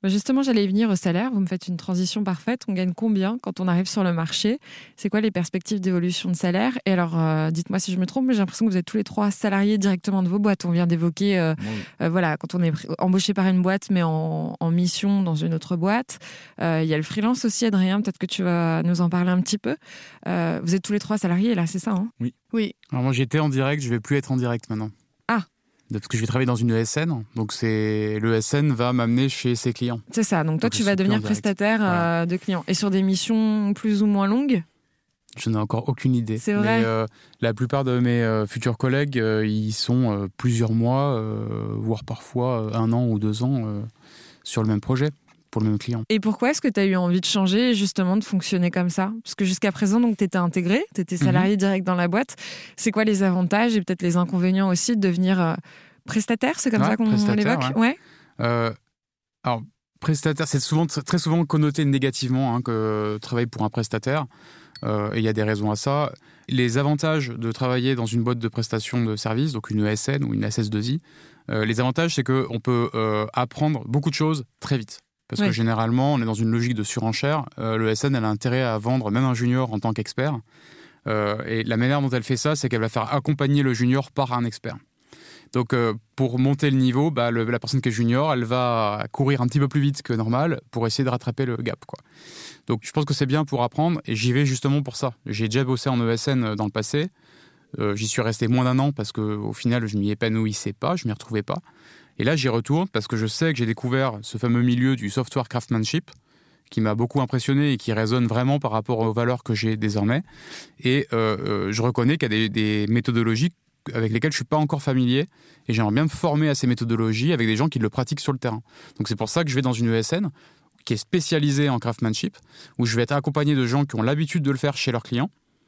C: Justement, j'allais y venir au salaire. Vous me faites une transition parfaite. On gagne combien quand on arrive sur le marché? C'est quoi les perspectives d'évolution de salaire? Et alors, euh, dites-moi si je me trompe, mais j'ai l'impression que vous êtes tous les trois salariés directement de vos boîtes. On vient d'évoquer, euh, oui. euh, voilà, quand on est embauché par une boîte, mais en, en mission dans une autre boîte. Il euh, y a le freelance aussi, Adrien. Peut-être que tu vas nous en parler un petit peu. Euh, vous êtes tous les trois salariés, là, c'est ça, hein?
E: Oui.
D: Oui.
F: Alors moi, j'étais en direct, je vais plus être en direct maintenant.
C: Ah.
F: Parce que je vais travailler dans une E S N, donc c'est l'E S N va m'amener chez ses clients.
C: C'est ça, donc toi donc tu vas devenir prestataire voilà. euh, de clients. Et sur des missions plus ou moins longues?
F: Je n'ai encore aucune idée.
C: C'est vrai.
F: Mais euh, la plupart de mes euh, futurs collègues, euh, ils sont euh, plusieurs mois, euh, voire parfois euh, un an ou deux ans euh, sur le même projet, pour le même client.
C: Et pourquoi est-ce que tu as eu envie de changer, justement, de fonctionner comme ça? Parce que jusqu'à présent, tu étais intégré, tu étais salarié mmh. direct dans la boîte. C'est quoi les avantages et peut-être les inconvénients aussi de devenir euh, prestataire? C'est comme
F: ouais,
C: ça qu'on l'évoque
F: ouais.
C: ouais.
F: Euh, alors, prestataire, c'est souvent, très souvent connoté négativement hein, que travailler pour un prestataire. Euh, et il y a des raisons à ça. Les avantages de travailler dans une boîte de prestation de services, donc une E S N ou une S S deux I, euh, les avantages, c'est qu'on peut euh, apprendre beaucoup de choses très vite. Parce oui. que généralement, on est dans une logique de surenchère. Euh, L'E S N, elle a intérêt à vendre même un junior en tant qu'expert. Euh, et la manière dont elle fait ça, c'est qu'elle va faire accompagner le junior par un expert. Donc, euh, pour monter le niveau, bah, le, la personne qui est junior, elle va courir un petit peu plus vite que normal pour essayer de rattraper le gap, quoi. Donc, je pense que c'est bien pour apprendre et j'y vais justement pour ça. J'ai déjà bossé en E S N dans le passé. Euh, j'y suis resté moins d'un an parce qu'au final, je m'y épanouissais pas, je m'y retrouvais pas. Et là, j'y retourne parce que je sais que j'ai découvert ce fameux milieu du software craftsmanship qui m'a beaucoup impressionné et qui résonne vraiment par rapport aux valeurs que j'ai désormais. Et euh, euh, je reconnais qu'il y a des, des méthodologies avec lesquelles je ne suis pas encore familier et j'aimerais bien me former à ces méthodologies avec des gens qui le pratiquent sur le terrain. Donc c'est pour ça que je vais dans une E S N qui est spécialisée en craftsmanship, où je vais être accompagné de gens qui ont l'habitude de le faire chez leurs clients,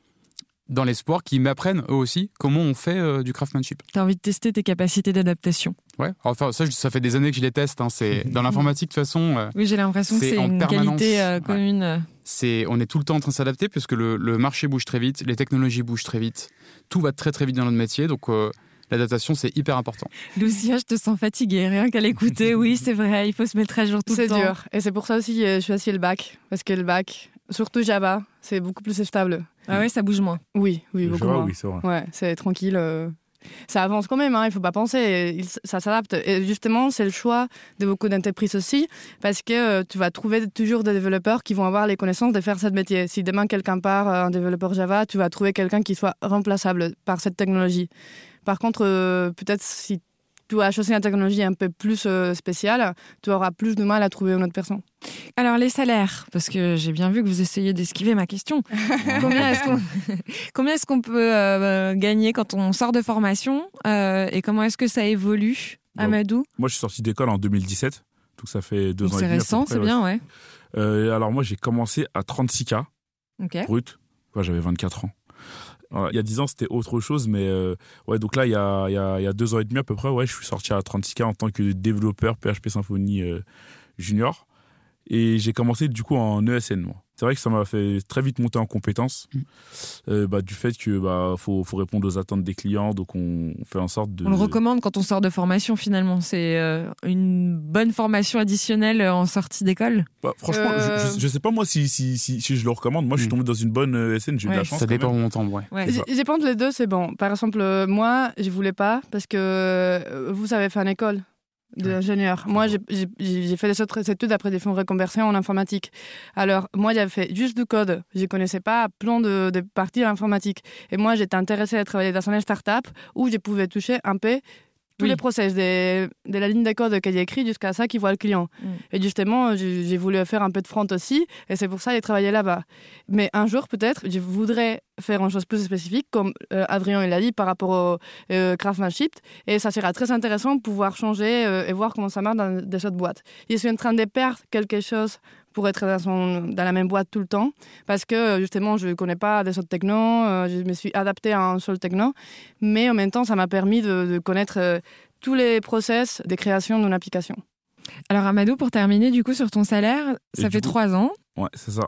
F: dans l'espoir qu'ils m'apprennent eux aussi comment on fait euh, du craftsmanship.
C: Tu as envie de tester tes capacités d'adaptation?
F: Ouais, enfin ça, ça fait des années que je les teste. Hein. C'est, dans l'informatique, de toute façon, euh,
C: oui, j'ai l'impression que c'est une qualité euh, commune. Ouais.
F: C'est, on est tout le temps en train de s'adapter puisque le, le marché bouge très vite, les technologies bougent très vite, tout va très très vite dans notre métier, donc euh, l'adaptation c'est hyper important.
C: Lucia, je te sens fatiguée, rien qu'à l'écouter. Oui, c'est vrai, il faut se mettre à jour tout
D: c'est
C: le temps.
D: C'est dur, et c'est pour ça aussi que je choisis le bac, parce que le bac, surtout Java, c'est beaucoup plus stable.
C: Ah ouais, ça bouge moins.
D: Oui, oui, beaucoup
E: Java,
D: moins.
E: Oui, c'est vrai.
D: Ouais, c'est tranquille. Euh... Ça avance quand même, hein, il ne faut pas penser, ça s'adapte. Et justement, c'est le choix de beaucoup d'entreprises aussi, parce que euh, tu vas trouver toujours des développeurs qui vont avoir les connaissances de faire ce métier. Si demain quelqu'un part, un développeur Java, tu vas trouver quelqu'un qui soit remplaçable par cette technologie. Par contre, euh, peut-être si tu as choisi une technologie un peu plus euh, spéciale, tu auras plus de mal à trouver une autre personne.
C: Alors, les salaires, parce que j'ai bien vu que vous essayez d'esquiver ma question. Combien est-ce qu'on, combien est-ce qu'on peut euh, gagner quand on sort de formation euh, et comment est-ce que ça évolue, bon, Amadou?
E: Moi, je suis sorti d'école en deux mille dix-sept, donc ça fait deux
C: donc
E: ans et demi.
C: C'est récent, c'est bien, ouais.
E: Euh, alors, moi, j'ai commencé à trente-six K
C: okay.
E: brut. Enfin, j'avais vingt-quatre ans. Alors, il y a dix ans, c'était autre chose, mais euh, ouais, donc là, il y a, il y, a, il y a deux ans et demi à peu près, ouais, je suis sorti à trente-six K en tant que développeur P H P Symfony euh, junior. Et j'ai commencé du coup en E S N, moi. C'est vrai que ça m'a fait très vite monter en compétences, mmh. euh, bah, du fait que bah, faut, faut répondre aux attentes des clients, donc on, on fait en sorte de...
C: On le recommande quand on sort de formation finalement, c'est euh, une bonne formation additionnelle en sortie d'école.
E: Bah, franchement, euh... je, je, je sais pas moi si, si, si, si je le recommande, moi mmh. je suis tombé dans une bonne E S N, j'ai eu
C: ouais.
E: de la chance.
F: Ça dépend de mon temps, ouais.
C: ouais.
D: Je pense que les deux c'est bon. Par exemple, moi je voulais pas parce que vous avez fait une école d'ingénieur. Moi, j'ai, j'ai, j'ai fait des autres études après des fonds de reconversion en informatique. Alors, moi, j'avais fait juste du code. Je ne connaissais pas plein de, de parties de l'informatique. Et moi, j'étais intéressée à travailler dans une start-up où je pouvais toucher un peu tous oui. les process, de, de la ligne de code qu'il y a écrit jusqu'à ça qu'il voit le client. Mm. Et justement, j'ai, j'ai voulu faire un peu de front aussi, et c'est pour ça que j'ai travaillé là-bas. Mais un jour, peut-être, je voudrais faire une chose plus spécifique, comme euh, Adrien l'a dit, par rapport au euh, craftsmanship, et ça sera très intéressant de pouvoir changer euh, et voir comment ça marche dans des autres boîtes. Je suis en train de perdre quelque chose pour être dans, son, dans la même boîte tout le temps, parce que justement, je ne connais pas des autres technos, euh, je me suis adaptée à un seul techno, mais en même temps, ça m'a permis de, de connaître euh, tous les process de création d'une application.
C: Alors Amadou, pour terminer du coup sur ton salaire, ça
E: Et
C: fait
E: coup,
C: trois ans.
E: Ouais, c'est ça.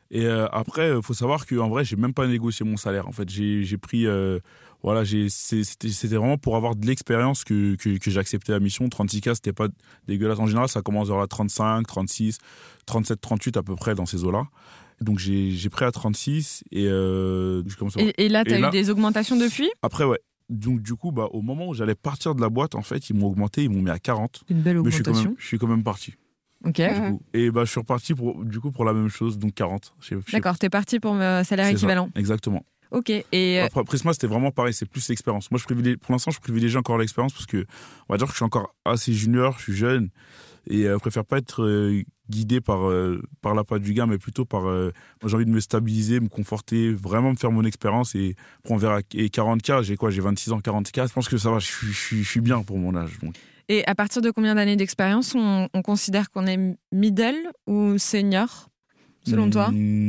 E: Et euh, après, il faut savoir qu'en vrai, j'ai même pas négocié mon salaire. En fait, j'ai, j'ai pris... Euh, voilà, j'ai, c'était, c'était vraiment pour avoir de l'expérience que, que, que j'ai accepté la mission. trente-six K, c'était pas dégueulasse. En général, ça commence vers la trente-cinq, trente-six, trente-sept, trente-huit à peu près dans ces eaux-là. Donc j'ai, j'ai pris à trente-six et euh, je commence à...
C: Et, et là, tu as eu
E: là,
C: des augmentations depuis ?
E: Après, ouais. Donc du coup, bah, au moment où j'allais partir de la boîte, en fait, ils m'ont augmenté, ils m'ont mis à quarante.
C: Une belle
E: mais je suis quand
C: augmentation.
E: même, je suis quand même parti.
C: Ok.
E: Du coup. Et bah, je suis reparti pour, du coup, pour la même chose, donc quarante. Je, je,
C: D'accord, t'es parti pour un salaire
E: c'est
C: équivalent.
E: Ça, exactement.
C: Ok. Et
E: Après, Prisma, c'était vraiment pareil, c'est plus l'expérience. Moi, je privilégie, pour l'instant, je privilégie encore l'expérience parce que, on va dire que je suis encore assez junior, je suis jeune et euh, je préfère pas être euh, guidé par, euh, par la patte du gars, mais plutôt par. Euh, moi, j'ai envie de me stabiliser, me conforter, vraiment me faire mon expérience et après, on verra. Et quarante K, j'ai quoi, j'ai vingt-six ans, quarante K, je pense que ça va, je suis, je suis, je suis bien pour mon âge. Donc.
C: Et à partir de combien d'années d'expérience on, on considère qu'on est middle ou senior, selon mmh, toi ?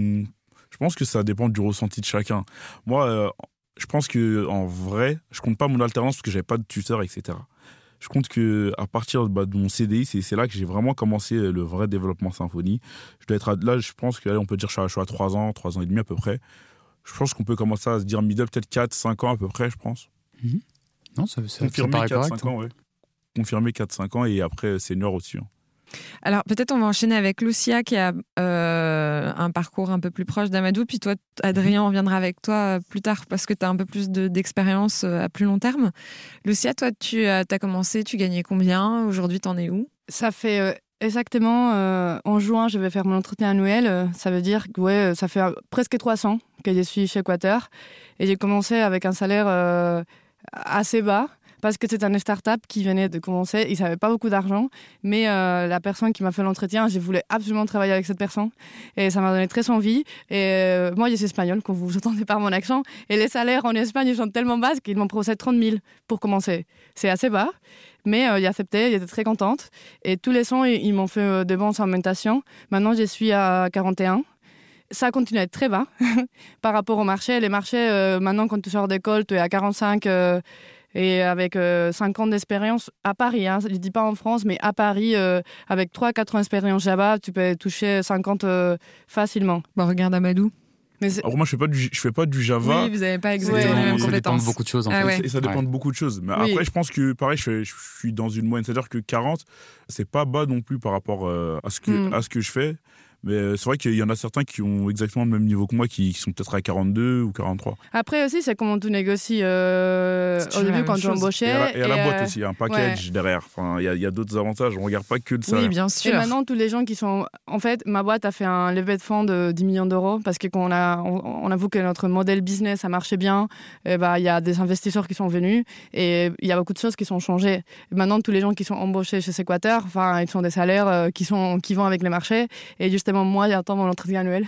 E: Je pense que ça dépend du ressenti de chacun. Moi, euh, je pense que en vrai, je compte pas mon alternance parce que j'avais pas de tuteur, et cetera. Je compte que à partir bah, de mon C D I, c'est, c'est là que j'ai vraiment commencé le vrai développement Symfony. Je dois être à, là, je pense que là, on peut dire que je suis à trois ans, trois ans et demi à peu près. Je pense qu'on peut commencer à se dire middle, peut-être quatre, cinq ans à peu près, je pense.
F: Mmh. Non, ça, ça,
E: confirmé
F: ça paraît
E: quatre,
F: correct.
E: cinq ans, ouais. Confirmé quatre, cinq ans et après senior au-dessus. Hein.
C: Alors, peut-être on va enchaîner avec Lucia qui a euh, un parcours un peu plus proche d'Amadou. Puis toi, Adrien, on reviendra avec toi plus tard parce que tu as un peu plus de, d'expérience à plus long terme. Lucia, toi, tu as commencé, tu gagnais combien ? Aujourd'hui, t'en es où ?
D: Ça fait euh, exactement, euh, en juin, je vais faire mon entretien annuel. Ça veut dire que ouais, ça fait presque trois cents que je suis chez Quater. Et j'ai commencé avec un salaire euh, assez bas. Parce que c'est une start-up qui venait de commencer, ils n'avaient pas beaucoup d'argent, mais euh, la personne qui m'a fait l'entretien, je voulais absolument travailler avec cette personne, et ça m'a donné très envie. Et euh, moi, je suis espagnole, comme vous entendez par mon accent, et les salaires en Espagne sont tellement bas qu'ils m'ont proposé trente mille pour commencer. C'est assez bas, mais euh, j'ai accepté, j'étais très contente, et tous les sons, ils, ils m'ont fait euh, de bonnes augmentations. Maintenant, je suis à quarante et un. Ça continue à être très bas par rapport au marché. Les marchés, euh, maintenant, quand tu sors d'école, tu es à quarante-cinq... Euh, Et avec euh, cinq ans d'expérience à Paris, hein, je ne dis pas en France, mais à Paris, euh, avec trois à quatre ans d'expérience Java, tu peux toucher cinquante euh, facilement.
C: Bah, regarde Amadou.
E: Mais Alors moi, je ne fais, fais pas du Java.
C: Oui, vous n'avez pas exactement
E: ouais,
C: les mêmes
F: ça
C: compétences.
F: Ça dépend de beaucoup de choses, en
C: ah
F: fait.
C: Ouais.
E: Et ça dépend ouais. de beaucoup de choses. Mais oui. Après, je pense que, pareil, je, fais, je suis dans une moyenne. C'est-à-dire que quarante, ce n'est pas bas non plus par rapport euh, à, ce que, mm. à ce que je fais. Mais c'est vrai qu'il y en a certains qui ont exactement le même niveau que moi, qui sont peut-être à quarante-deux ou quarante-trois.
D: Après aussi, c'est comment tu négocies euh, au début quand tu embauchais.
E: Et à la, et à la
D: et
E: boîte
D: euh...
E: aussi, il y a un package ouais. derrière. Enfin, il y a, il y a d'autres avantages. On ne regarde pas que de ça.
C: Oui, bien sûr.
D: Et maintenant, tous les gens qui sont... En fait, ma boîte a fait un levée de fonds de dix millions d'euros parce qu'on a, on, on avoue que notre modèle business a marché bien. Et bah, il y a des investisseurs qui sont venus et il y a beaucoup de choses qui sont changées. Et maintenant, tous les gens qui sont embauchés chez Sequater, enfin, ils ont des salaires euh, qui, sont, qui vont avec les marchés. Et justement, moi, j'attends mon entretien annuel.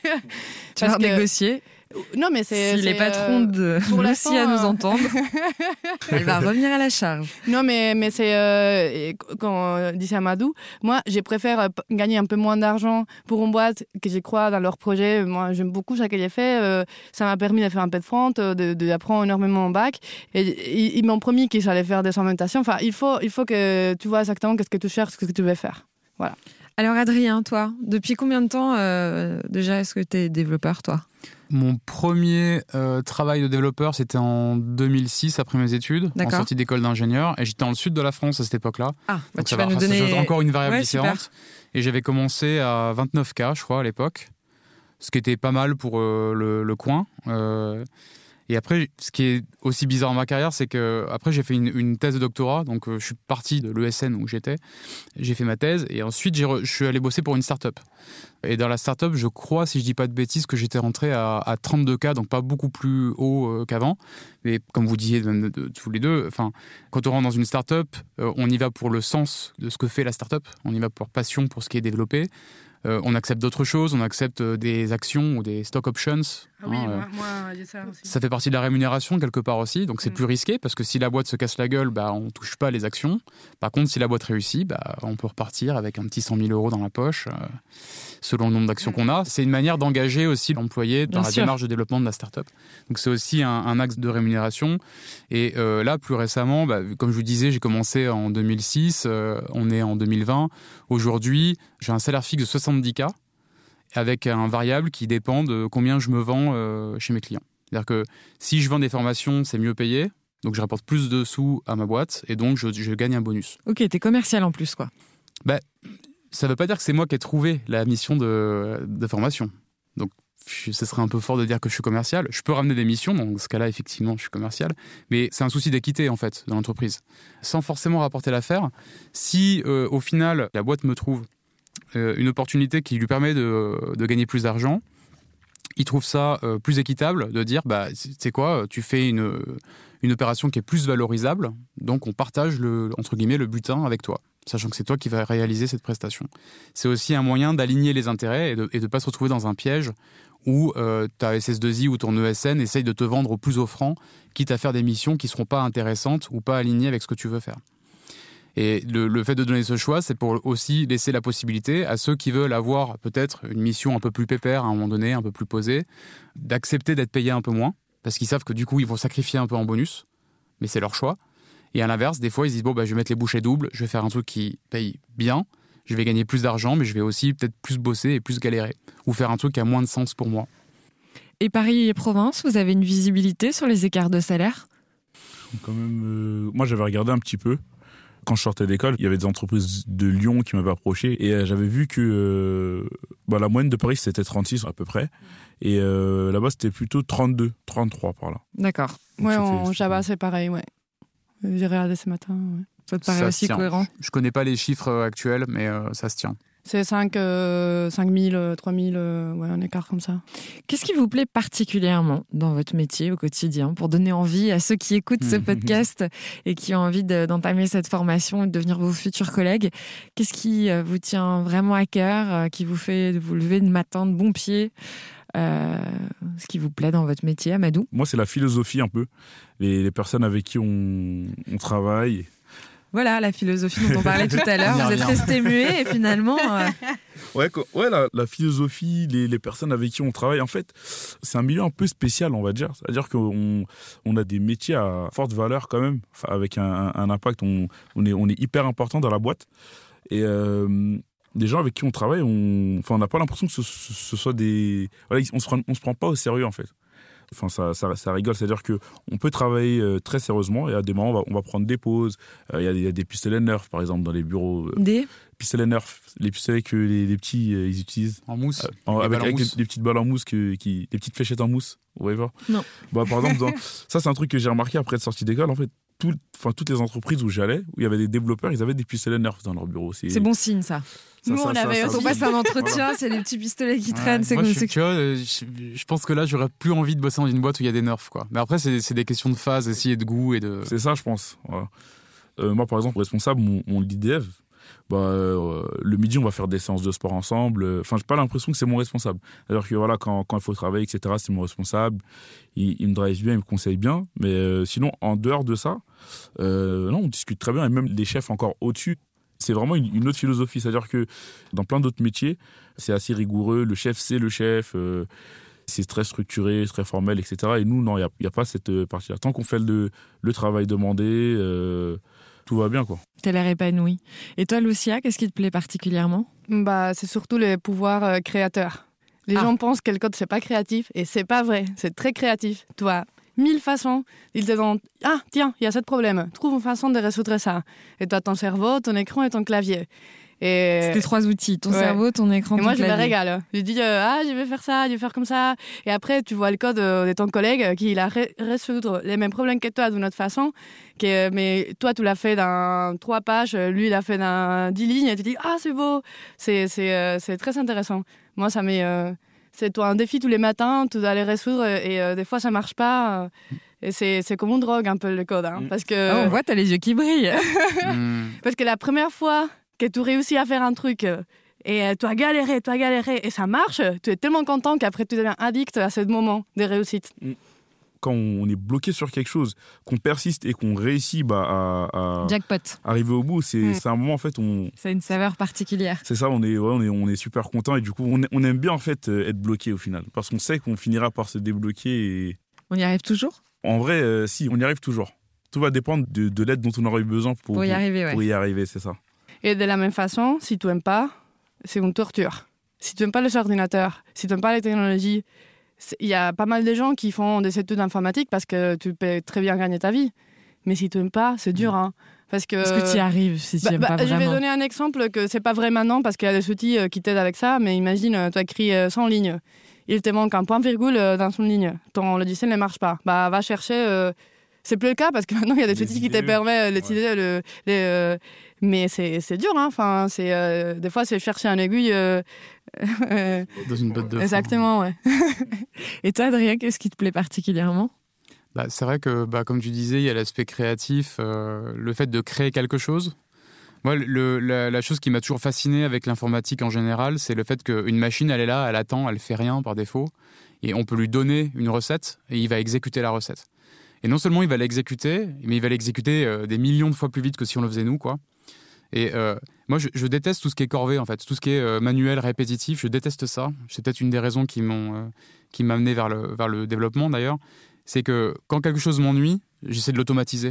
C: Tu vas négocier.
D: Non, mais c'est.
C: Si
D: c'est,
C: les patrons de
D: euh,
C: Lucia nous
D: euh...
C: entendent, elle va revenir à la charge.
D: Non, mais, mais c'est. Euh, quand euh, dit Amadou, moi, je préfère euh, gagner un peu moins d'argent pour une boîte que j'y crois dans leur projet. Moi, j'aime beaucoup ce que j'ai fait. Euh, ça m'a permis de faire un peu de front, de, d'apprendre énormément en bac. Et ils, ils m'ont promis qu'ils allaient faire des augmentations. Enfin, il faut, il faut que tu vois exactement qu'est-ce que tu cherches, ce que tu veux faire. Voilà.
C: Alors, Adrien, toi, depuis combien de temps euh, déjà est-ce que tu es développeur, toi ?
F: Mon premier euh, travail de développeur, c'était en deux mille six, après mes études, D'accord. en sortie d'école d'ingénieur. Et j'étais dans le sud de la France à cette époque-là.
C: Ah, bah tu
F: vas
C: nous donner...
F: C'est encore une variable
C: ouais,
F: différente.
C: Super.
F: Et j'avais commencé à vingt-neuf K, je crois, à l'époque. Ce qui était pas mal pour euh, le, le coin. Euh, Et après, ce qui est aussi bizarre dans ma carrière, c'est que après j'ai fait une, une thèse de doctorat, donc euh, je suis parti de l'E S N où j'étais, j'ai fait ma thèse, et ensuite j'ai re, je suis allé bosser pour une start-up. Et dans la start-up, je crois, si je dis pas de bêtises, que j'étais rentré à, à trente-deux K, donc pas beaucoup plus haut euh, qu'avant. Mais comme vous disiez de, de, de, tous les deux, enfin, quand on rentre dans une start-up, euh, on y va pour le sens de ce que fait la start-up, on y va pour passion pour ce qui est développé. Euh, on accepte d'autres choses, on accepte des actions ou des stock options.
D: Ah oui,
F: hein,
D: moi,
F: euh,
D: moi j'ai ça aussi.
F: Ça fait partie de la rémunération quelque part aussi, donc c'est mmh. plus risqué parce que si la boîte se casse la gueule, bah, on ne touche pas les actions. Par contre, si la boîte réussit, bah, on peut repartir avec un petit cent mille euros dans la poche euh, selon le nombre d'actions mmh. qu'on a. C'est une manière d'engager aussi l'employé dans Bien la sûr. démarche de développement de la start-up. Donc c'est aussi un, un axe de rémunération. Et euh, là, plus récemment, bah, comme je vous disais, j'ai commencé en deux mille six, euh, on est en deux mille vingt. Aujourd'hui, j'ai un salaire fixe de soixante-dix K. avec un variable qui dépend de combien je me vends euh, chez mes clients. C'est-à-dire que si je vends des formations, c'est mieux payé, donc je rapporte plus de sous à ma boîte et donc je, je gagne un bonus.
C: Ok, t'es commercial en plus, quoi.
F: Bah, ça ne veut pas dire que c'est moi qui ai trouvé la mission de, de formation. Donc, je, ce serait un peu fort de dire que je suis commercial. Je peux ramener des missions, donc dans ce cas-là, effectivement, je suis commercial. Mais c'est un souci d'équité, en fait, dans l'entreprise. Sans forcément rapporter l'affaire, si, euh, au final, la boîte me trouve euh, une opportunité qui lui permet de, de gagner plus d'argent, il trouve ça euh, plus équitable de dire, bah, tu sais quoi, tu fais une, une opération qui est plus valorisable, donc on partage, le, entre guillemets, le butin avec toi, sachant que c'est toi qui vas réaliser cette prestation. C'est aussi un moyen d'aligner les intérêts et de ne pas se retrouver dans un piège où euh, ta S S deux I ou ton E S N essaye de te vendre au plus offrant, quitte à faire des missions qui ne seront pas intéressantes ou pas alignées avec ce que tu veux faire. Et le, le fait de donner ce choix, c'est pour aussi laisser la possibilité à ceux qui veulent avoir peut-être une mission un peu plus pépère à un moment donné, un peu plus posée, d'accepter d'être payés un peu moins, parce qu'ils savent que du coup, ils vont sacrifier un peu en bonus, mais c'est leur choix. Et à l'inverse, des fois, ils se disent, bon, bah, je vais mettre les bouchées doubles, je vais faire un truc qui paye bien, je vais gagner plus d'argent, mais je vais aussi peut-être plus bosser et plus galérer, ou faire un truc qui a moins de sens pour moi.
C: Et Paris et province, vous avez une visibilité sur les écarts de salaire ?
E: Quand même, euh, moi, j'avais regardé un petit peu. Quand je sortais d'école, il y avait des entreprises de Lyon qui m'avaient approché et euh, j'avais vu que euh, bah, la moyenne de Paris, c'était trente-six à peu près. Et euh, là-bas, c'était plutôt trente-deux, trente-trois par là.
C: D'accord.
E: Donc
D: Ouais,
E: c'était-
D: en
E: c'était-
D: Java, c'est pareil, ouais. J'ai regardé ce matin, ouais.
C: Ça te paraît
F: Ça
C: aussi
F: se tient.
C: cohérent ?
F: Je connais pas les chiffres actuels, mais euh, ça se tient.
D: C'est cinq, euh, cinq mille, trois mille, euh, ouais, un écart comme ça.
C: Qu'est-ce qui vous plaît particulièrement dans votre métier au quotidien pour donner envie à ceux qui écoutent ce podcast et qui ont envie de, d'entamer cette formation et de devenir vos futurs collègues ? Qu'est-ce qui euh, vous tient vraiment à cœur, euh, qui vous fait vous lever le matin de bon pied ? Euh, ce qui vous plaît dans votre métier, Amadou ?
E: Moi, c'est la philosophie un peu. Les, les personnes avec qui on, on travaille.
C: Voilà la philosophie dont on parlait tout à l'heure.
F: On y
C: Vous êtes
F: revient.
C: resté muet et finalement... euh,
E: Ouais, quoi- ouais la, la philosophie, les, les personnes avec qui on travaille, en fait, c'est un milieu un peu spécial, on va dire. C'est-à-dire qu'on on a des métiers à forte valeur quand même, enfin, avec un, un impact, on, on, est, on est hyper important dans la boîte. Et euh, des gens avec qui on travaille, on enfin, on n'a pas l'impression que ce, ce, ce soit des... Voilà, on se prend, on se prend pas au sérieux, en fait. Enfin, ça, ça, ça rigole, c'est-à-dire qu'on peut travailler euh, très sérieusement et à des moments, on va, on va prendre des pauses. Il euh, y, a, y a des pistolets Nerf, par exemple, dans les bureaux. Euh,
C: Des
E: pistolets Nerf, les pistolets que les, les petits, euh, ils utilisent.
F: En mousse.
E: Euh, en-
F: Les
E: avec
F: balles en
E: avec
F: mousse.
E: les, les petites balles en mousse, que, qui, les petites fléchettes en mousse. Vous voyez pas ?
C: Non.
E: Bah, par exemple, dans- ça, c'est un truc que j'ai remarqué après être sorti d'école. En fait, tout, enfin, toutes les entreprises où j'allais, où il y avait des développeurs, ils avaient des pistolets Nerf dans leur bureau.
C: C'est bon signe, ça.
E: Ça,
D: Nous,
E: ça,
D: on
E: ça,
D: avait
E: ça,
D: aussi.
C: Faut
E: ça,
C: passer un entretien, c'est les petits pistolets qui
F: Ouais,
C: traînent. C'est
F: moi,
C: comme
F: je,
C: c'est-
F: tu vois, euh, je, je pense que là, j'aurais plus envie de bosser dans une boîte où il y a des nerfs, quoi. Mais après, c'est, c'est des questions de phase aussi et de goût et de.
E: C'est ça, je pense. Voilà. Euh, moi, par exemple, responsable, mon, mon lead dev, bah, euh, le midi, on va faire des séances de sport ensemble. Enfin, j'ai pas l'impression que c'est mon responsable. Alors que voilà, quand, quand il faut travailler, et cetera, c'est mon responsable. Il, il me drive bien, il me conseille bien. Mais euh, sinon, en dehors de ça, euh, non, on discute très bien. Et même les chefs encore au-dessus, c'est vraiment une, une autre philosophie. C'est-à-dire que dans plein d'autres métiers, c'est assez rigoureux. Le chef, c'est le chef. Euh, c'est très structuré, très formel, et cetera. Et nous, non, il n'y a, y a pas cette euh, partie-là. Tant qu'on fait le, le travail demandé, euh, tout va bien, quoi.
C: T'as l'air épanoui. Et toi, Lucia, qu'est-ce qui te plaît particulièrement ?
D: Bah, c'est surtout les pouvoirs euh, créateurs. Les
C: Ah.
D: gens pensent que le code, c'est pas créatif, et c'est pas vrai. C'est très créatif. Tu vois, mille façons. Ils te disent, ah, tiens, il y a ce problème. Trouve une façon de résoudre ça. Et toi, ton cerveau, ton écran et ton clavier. Et...
C: C'était trois outils, ton
D: Ouais.
C: cerveau, ton écran,
D: Et
C: ton
D: moi, je me
C: clavier.
D: régale. Je dis, euh, ah, je vais faire ça, je vais faire comme ça. Et après, tu vois le code euh, de ton collègue euh, qui il a ré- résoudre les mêmes problèmes que toi d'une autre façon. Que, mais toi, tu l'as fait dans trois pages, lui, il l'a fait dans dix lignes. Et tu dis, ah, c'est beau. C'est, c'est, euh, c'est très intéressant. Moi, ça met. Euh, c'est toi un défi tous les matins, tu dois les résoudre. Et euh, des fois, ça marche pas. euh, et c'est, c'est comme une drogue, un peu, le code. Hein,
E: Mm.
D: parce que.
C: Ah, on voit, t'as les yeux qui brillent.
F: Hmm.
D: Parce que la première fois que tu réussis à faire un truc euh, et euh, tu as galéré, tu as galéré et ça marche, tu es tellement content qu'après tu deviens addict à ce moment de réussite.
E: Quand on est bloqué sur quelque chose, qu'on persiste et qu'on réussit bah, à, à
C: Jackpot.
E: arriver au bout, c'est,
D: Mm.
E: c'est un moment, en fait, on,
C: Ça a une saveur particulière.
E: c'est ça, on est, ouais, on est, on est super content et du coup, on, on aime bien en fait euh, être bloqué au final. Parce qu'on sait qu'on finira par se débloquer et
C: On y arrive toujours ?
E: en vrai, euh, si, on y arrive toujours. Tout va dépendre de, de l'aide dont on aura eu besoin pour,
C: Pour y arriver, ouais.
E: pour y arriver, c'est ça.
D: Et de la même façon, si tu n'aimes pas, c'est une torture. Si tu n'aimes pas les ordinateurs, si tu n'aimes pas les technologies, il y a pas mal de gens qui font des études d'informatique parce que tu peux très bien gagner ta vie. Mais si tu n'aimes pas, c'est dur. Hein, parce que,
C: Est-ce que tu y arrives si tu
D: bah,
C: n'aimes
D: bah,
C: pas vraiment?
D: Je vais donner un exemple que c'est pas vrai maintenant parce qu'il y a des outils qui t'aident avec ça. Mais imagine, tu as écrit cent lignes. Il te manque un point-virgule dans une ligne. Ton logiciel ne marche pas. Bah, va chercher... Euh, c'est plus le cas parce que maintenant, il y a des les outils qui te permettent d'utiliser ouais. le... Les, euh, mais c'est, c'est dur. Hein, enfin, c'est, euh, des fois, c'est chercher un aiguille... Euh,
F: euh, dans une botte de
D: Exactement, ouais.
C: Et toi, Adrien, qu'est-ce qui te plaît particulièrement?
F: Bah, c'est vrai que, bah, comme tu disais, il y a l'aspect créatif, euh, le fait de créer quelque chose. Moi, le, la, la chose qui m'a toujours fasciné avec l'informatique en général, c'est le fait qu'une machine, elle est là, elle attend, elle fait rien par défaut, et on peut lui donner une recette, et il va exécuter la recette. Et non seulement il va l'exécuter, mais il va l'exécuter euh, des millions de fois plus vite que si on le faisait nous, quoi. Et euh, moi, je, je déteste tout ce qui est corvée, en fait, tout ce qui est euh, manuel, répétitif. Je déteste ça. C'est peut-être une des raisons qui m'ont, euh, qui m'a amené vers le, vers le développement, d'ailleurs. C'est que quand quelque chose m'ennuie, j'essaie de l'automatiser.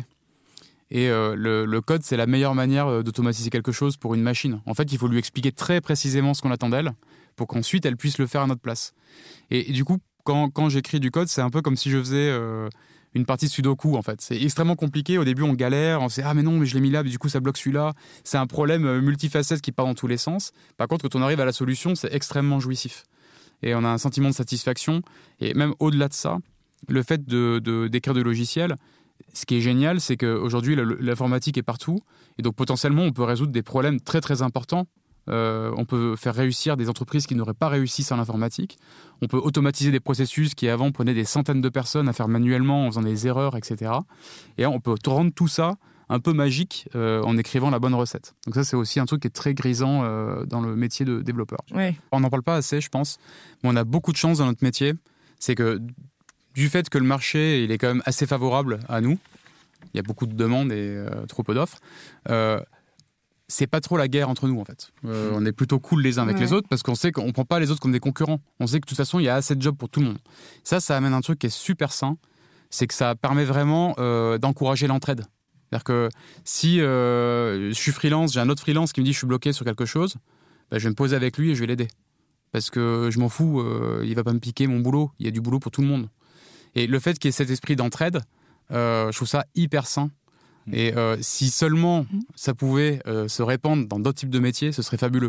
F: Et euh, le, le code, c'est la meilleure manière d'automatiser quelque chose pour une machine. En fait, il faut lui expliquer très précisément ce qu'on attend d'elle pour qu'ensuite elle puisse le faire à notre place. Et, et du coup, quand, quand j'écris du code, c'est un peu comme si je faisais euh, une partie de Sudoku, en fait. C'est extrêmement compliqué. Au début, on galère, on se dit « Ah, mais non, mais je l'ai mis là, mais du coup, ça bloque celui-là. » C'est un problème multifacette qui part dans tous les sens. Par contre, quand on arrive à la solution, c'est extrêmement jouissif. Et on a un sentiment de satisfaction. Et même au-delà de ça, le fait de, de, d'écrire du logiciel, ce qui est génial, c'est qu'aujourd'hui, l'informatique est partout. Et donc, potentiellement, on peut résoudre des problèmes très, très importants. Euh, on peut faire réussir des entreprises qui n'auraient pas réussi sans l'informatique. On peut automatiser des processus qui, avant, prenaient des centaines de personnes à faire manuellement en faisant des erreurs, et cetera. Et on peut rendre tout ça un peu magique euh, en écrivant la bonne recette. Donc ça, c'est aussi un truc qui est très grisant euh, dans le métier de développeur.
C: Ouais.
F: On n'en parle pas assez, je pense, mais on a beaucoup de chance dans notre métier. C'est que du fait que le marché il est quand même assez favorable à nous, il y a beaucoup de demandes et euh, trop peu d'offres, euh, c'est pas trop la guerre entre nous en fait. Euh, on est plutôt cool les uns avec ouais. les autres parce qu'on sait qu'on prend pas les autres comme des concurrents. On sait que de toute façon il y a assez de jobs pour tout le monde. Ça, ça amène un truc qui est super sain, c'est que ça permet vraiment euh, d'encourager l'entraide. C'est-à-dire que si euh, je suis freelance, j'ai un autre freelance qui me dit je suis bloqué sur quelque chose, bah, je vais me poser avec lui et je vais l'aider. Parce que je m'en fous, euh, il va pas me piquer mon boulot, il y a du boulot pour tout le monde. Et le fait qu'il y ait cet esprit d'entraide, euh, je trouve ça hyper sain. Et euh, si seulement ça pouvait euh, se répandre dans d'autres types de métiers, ce serait fabuleux.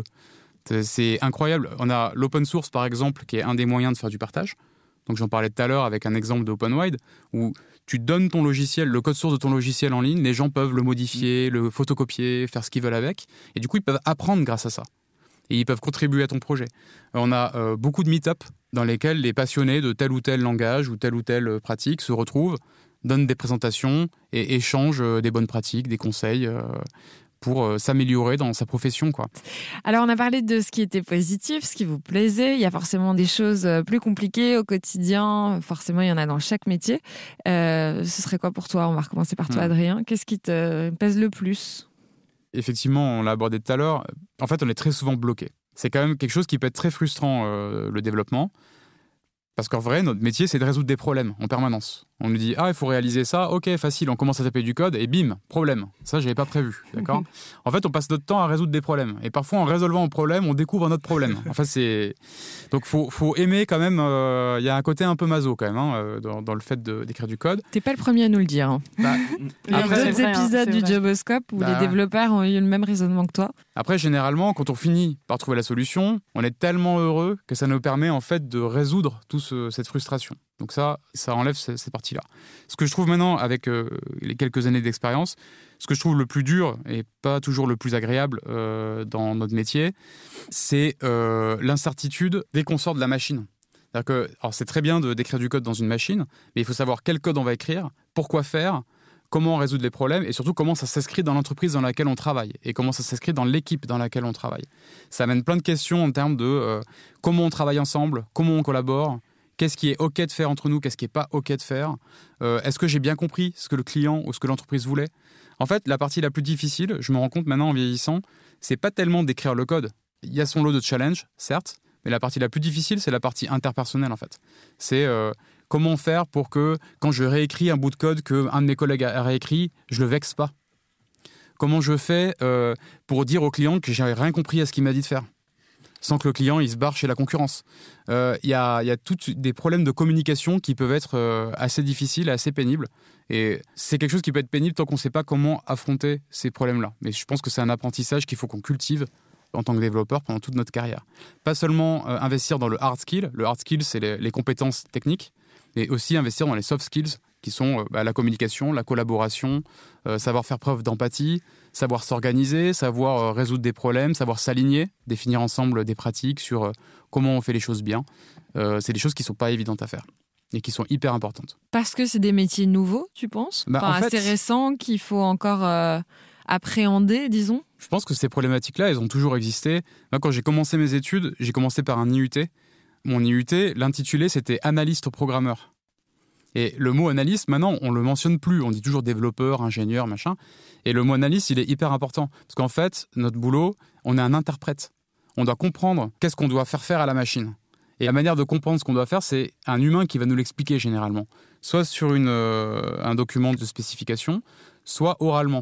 F: C'est incroyable. On a l'open source, par exemple, qui est un des moyens de faire du partage. Donc j'en parlais tout à l'heure avec un exemple d'OpenWide, où tu donnes ton logiciel, le code source de ton logiciel en ligne, les gens peuvent le modifier, le photocopier, faire ce qu'ils veulent avec. Et du coup, ils peuvent apprendre grâce à ça. Et ils peuvent contribuer à ton projet. On a euh, beaucoup de meet-up dans lesquels les passionnés de tel ou tel langage ou telle ou telle pratique se retrouvent, donnent des présentations et échangent euh, des bonnes pratiques, des conseils euh, pour euh, s'améliorer dans sa profession, quoi.
C: Alors, on a parlé de ce qui était positif, ce qui vous plaisait. Il y a forcément des choses plus compliquées au quotidien. Forcément, il y en a dans chaque métier. Euh, ce serait quoi pour toi? On va recommencer par toi, mmh. Adrien. Qu'est-ce qui te pèse le plus?
F: Effectivement, on l'a abordé tout à l'heure. En fait, on est très souvent bloqué. C'est quand même quelque chose qui peut être très frustrant, euh, le développement. Parce qu'en vrai, notre métier, c'est de résoudre des problèmes en permanence. On nous dit « Ah, il faut réaliser ça. Ok, facile. » On commence à taper du code et bim, problème. Ça, je n'avais pas prévu. D'accord. En fait, on passe notre temps à résoudre des problèmes. Et parfois, en résolvant un problème, on découvre un autre problème. En fait, c'est... Donc, il faut, faut aimer quand même... Il euh, y a un côté un peu maso quand même hein, dans, dans le fait de, d'écrire du code.
C: Tu n'es pas le premier à nous le dire. Hein. Bah, il y a d'autres vrai, épisodes hein, du Joboscope où bah, les développeurs ont eu le même raisonnement que toi.
F: Après, généralement, quand on finit par trouver la solution, on est tellement heureux que ça nous permet en fait de résoudre tout ce, cette frustration. Donc ça, ça enlève cette, cette partie-là. Ce que je trouve maintenant, avec euh, les quelques années d'expérience, ce que je trouve le plus dur et pas toujours le plus agréable euh, dans notre métier, c'est euh, l'incertitude dès qu'on sort de la machine. C'est-à-dire que, alors c'est très bien de, d'écrire du code dans une machine, mais il faut savoir quel code on va écrire, pourquoi faire, comment résoudre les problèmes et surtout comment ça s'inscrit dans l'entreprise dans laquelle on travaille et comment ça s'inscrit dans l'équipe dans laquelle on travaille. Ça amène plein de questions en termes de euh, comment on travaille ensemble, comment on collabore, qu'est-ce qui est OK de faire entre nous, qu'est-ce qui n'est pas OK de faire, euh, est-ce que j'ai bien compris ce que le client ou ce que l'entreprise voulait. En fait, la partie la plus difficile, je me rends compte maintenant en vieillissant, c'est pas tellement d'écrire le code. Il y a son lot de challenges, certes, mais la partie la plus difficile, c'est la partie interpersonnelle en fait. C'est... Euh, Comment faire pour que, quand je réécris un bout de code qu'un de mes collègues a réécrit, je le vexe pas? Comment je fais euh, pour dire au client que j'ai rien compris à ce qu'il m'a dit de faire? sans que le client il se barre chez la concurrence. Il euh, y a, y a tous des problèmes de communication qui peuvent être euh, assez difficiles, assez pénibles. Et c'est quelque chose qui peut être pénible tant qu'on ne sait pas comment affronter ces problèmes-là. Mais je pense que c'est un apprentissage qu'il faut qu'on cultive en tant que développeur pendant toute notre carrière. Pas seulement euh, investir dans le hard skill. Le hard skill, c'est les, les compétences techniques, mais aussi investir dans les soft skills, qui sont euh, bah, la communication, la collaboration, euh, savoir faire preuve d'empathie, savoir s'organiser, savoir euh, résoudre des problèmes, savoir s'aligner, définir ensemble des pratiques sur euh, comment on fait les choses bien. Euh, c'est des choses qui ne sont pas évidentes à faire et qui sont hyper importantes.
C: Parce que c'est des métiers nouveaux, tu penses
F: bah,
C: enfin,
F: en
C: assez
F: fait,
C: récents qu'il faut encore euh, appréhender, disons.
F: Je pense que ces problématiques-là, elles ont toujours existé. Moi, quand j'ai commencé mes études, j'ai commencé par un I U T. Mon I U T, l'intitulé, c'était analyste programmeur. Et le mot analyste, maintenant, on ne le mentionne plus. On dit toujours développeur, ingénieur, machin. Et le mot analyste, il est hyper important. Parce qu'en fait, notre boulot, on est un interprète. On doit comprendre qu'est-ce qu'on doit faire faire à la machine. Et la manière de comprendre ce qu'on doit faire, c'est un humain qui va nous l'expliquer généralement. Soit sur une, euh, un document de spécification, soit oralement.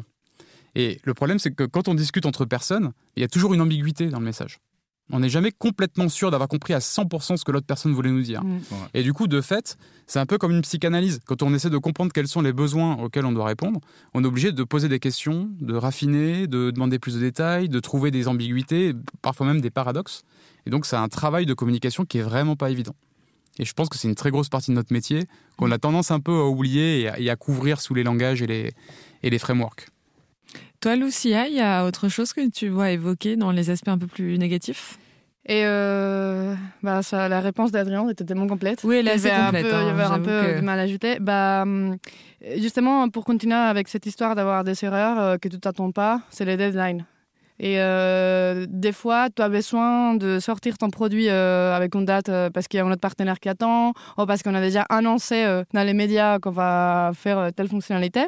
F: Et le problème, c'est que quand on discute entre personnes, il y a toujours une ambiguïté dans le message. On n'est jamais complètement sûr d'avoir compris à cent pour cent ce que l'autre personne voulait nous dire. Mmh. Et du coup, de fait, c'est un peu comme une psychanalyse. Quand on essaie de comprendre quels sont les besoins auxquels on doit répondre, on est obligé de poser des questions, de raffiner, de demander plus de détails, de trouver des ambiguïtés, parfois même des paradoxes. Et donc, c'est un travail de communication qui est vraiment pas évident. Et je pense que c'est une très grosse partie de notre métier qu'on a tendance un peu à oublier et à, et à couvrir sous les langages et les, et les frameworks.
C: Toi, Lucia, il y a autre chose que tu vois évoquer dans les aspects un peu plus négatifs ?
D: Et euh, bah, ça, la réponse d'Adrien était tellement complète.
C: Oui, elle est assez complète.
D: Peu, hein, il y avait un peu
C: que...
D: de mal à ajouter. Bah, justement, pour continuer avec cette histoire d'avoir des erreurs euh, que tu t'attends pas, c'est les deadlines. Et euh, des fois, tu as besoin de sortir ton produit euh, avec une date euh, parce qu'il y a un autre partenaire qui attend, ou parce qu'on a déjà annoncé euh, dans les médias qu'on va faire euh, telle fonctionnalité.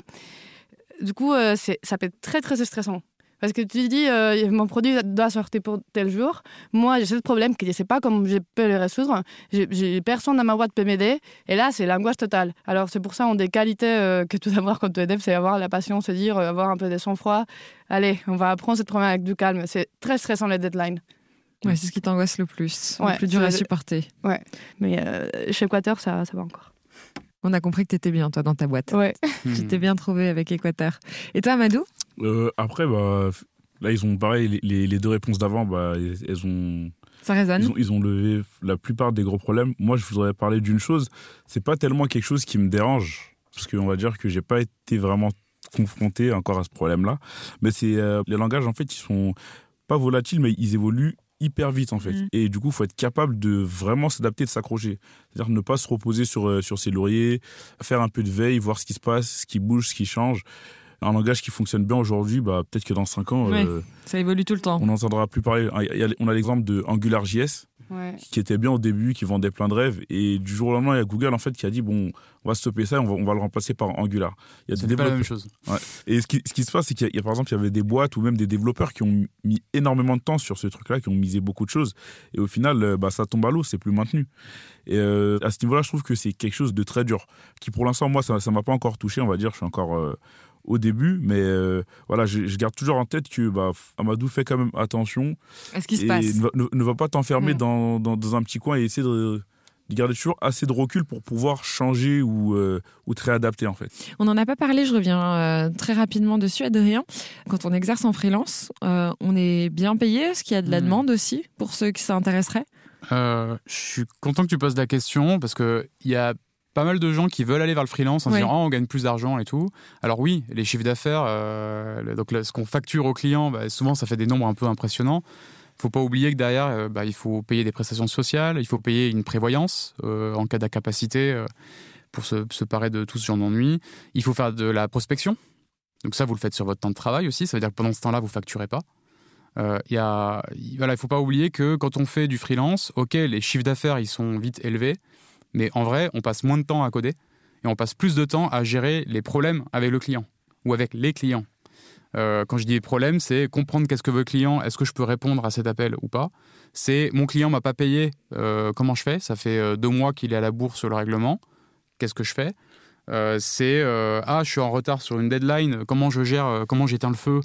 D: Du coup, euh, c'est, ça peut être très, très stressant. Parce que tu dis, euh, mon produit doit sortir pour tel jour. Moi, j'ai ce problème que je ne sais pas comment je peux le résoudre. J'ai, j'ai personne dans ma boîte peut m'aider. Et là, c'est l'angoisse totale. Alors, c'est pour ça, on a des qualités euh, que tout d'abord, quand tu es dev, c'est avoir la patience, se dire, euh, avoir un peu de sang-froid. Allez, on va apprendre cette problème avec du calme. C'est très stressant, les deadlines.
C: Ouais, c'est ce qui t'angoisse le plus,
D: ouais,
C: le plus dur à
D: le...
C: supporter.
D: Ouais, mais euh, chez Équateur, ça, ça va encore.
C: On a compris que tu étais bien, toi, dans ta boîte.
D: Ouais.
C: Tu t'es bien trouvé avec Équateur. Et toi, Amadou ?
E: euh, Après, bah, là, ils ont pareil, les, les deux réponses d'avant, bah, elles ont...
C: Ça résonne.
E: Ils ont, ils ont levé la plupart des gros problèmes. Moi, je voudrais parler d'une chose. C'est pas tellement quelque chose qui me dérange, parce qu'on va dire que j'ai pas été vraiment confronté encore à ce problème-là. Mais c'est euh, les langages, en fait, ils sont pas volatiles, mais ils évoluent hyper vite en fait. Mmh. Et du coup, il faut être capable de vraiment s'adapter, de s'accrocher. C'est-à-dire ne pas se reposer sur, euh, sur ses lauriers, faire un peu de veille, voir ce qui se passe, ce qui bouge, ce qui change. Un langage qui fonctionne bien aujourd'hui, bah, peut-être que dans cinq ans...
C: Ouais,
E: euh,
C: ça évolue tout le temps.
E: On n'entendra plus parler. On a l'exemple de AngularJS, ouais. qui était bien au début, qui vendait plein de rêves. Et du jour au lendemain, il y a Google en fait, qui a dit, bon, on va stopper ça et on va, on va le remplacer par Angular. Il y a
F: c'est pas la même chose.
E: Ouais. Et ce qui, ce qui se passe, c'est qu'il y a, il y a, par exemple, il y avait des boîtes ou même des développeurs qui ont mis énormément de temps sur ce truc-là, qui ont misé beaucoup de choses. Et au final, bah, ça tombe à l'eau, c'est plus maintenu. Et euh, à ce niveau-là, je trouve que c'est quelque chose de très dur, qui pour l'instant, moi, ça ne m'a pas encore touché, on va dire. Je suis encore... Euh, au début, mais euh, voilà, je, je garde toujours en tête que bah, Amadou fait quand même attention.
C: À ce qui se
E: et
C: passe.
E: Ne, ne, ne va pas t'enfermer
C: mmh.
E: dans, dans, dans un petit coin et essayer de, de garder toujours assez de recul pour pouvoir changer ou, euh, ou te réadapter en fait.
C: On n'en a pas parlé, je reviens euh, très rapidement dessus, Adrien. Quand on exerce en freelance, euh, on est bien payé. Est-ce qu'il y a de la mmh. demande aussi pour ceux qui s'intéresseraient ?
F: euh, Je suis content que tu poses la question parce qu'il y a pas mal de gens qui veulent aller vers le freelance en oui. disant oh, on gagne plus d'argent et tout. Alors oui, les chiffres d'affaires, euh, donc ce qu'on facture aux clients, bah, souvent ça fait des nombres un peu impressionnants. Il ne faut pas oublier que derrière, euh, bah, il faut payer des prestations sociales, il faut payer une prévoyance euh, en cas d'incapacité euh, pour se, se parer de tout ce genre d'ennui. Il faut faire de la prospection. Donc ça, vous le faites sur votre temps de travail aussi. Ça veut dire que pendant ce temps-là, vous ne facturez pas. Euh, y a, y, voilà, il ne faut pas oublier que quand on fait du freelance, ok, les chiffres d'affaires, ils sont vite élevés. Mais en vrai, on passe moins de temps à coder et on passe plus de temps à gérer les problèmes avec le client ou avec les clients. Euh, quand je dis problème, c'est comprendre qu'est-ce que veut le client, est-ce que je peux répondre à cet appel ou pas. C'est mon client m'a pas payé, euh, comment je fais ? Ça fait euh, deux mois qu'il est à la bourre sur le règlement, qu'est-ce que je fais ? euh, C'est euh, ah, je suis en retard sur une deadline, comment je gère, euh, comment j'éteins le feu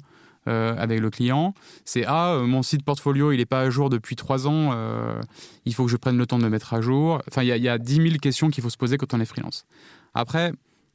F: euh, avec le client. C'est ah, euh, mon site portfolio, il n'est pas à jour depuis trois ans, euh, il faut que je prenne le temps de le mettre à jour. Enfin, il y, y a dix mille questions qu'il faut se poser quand on est freelance. Après,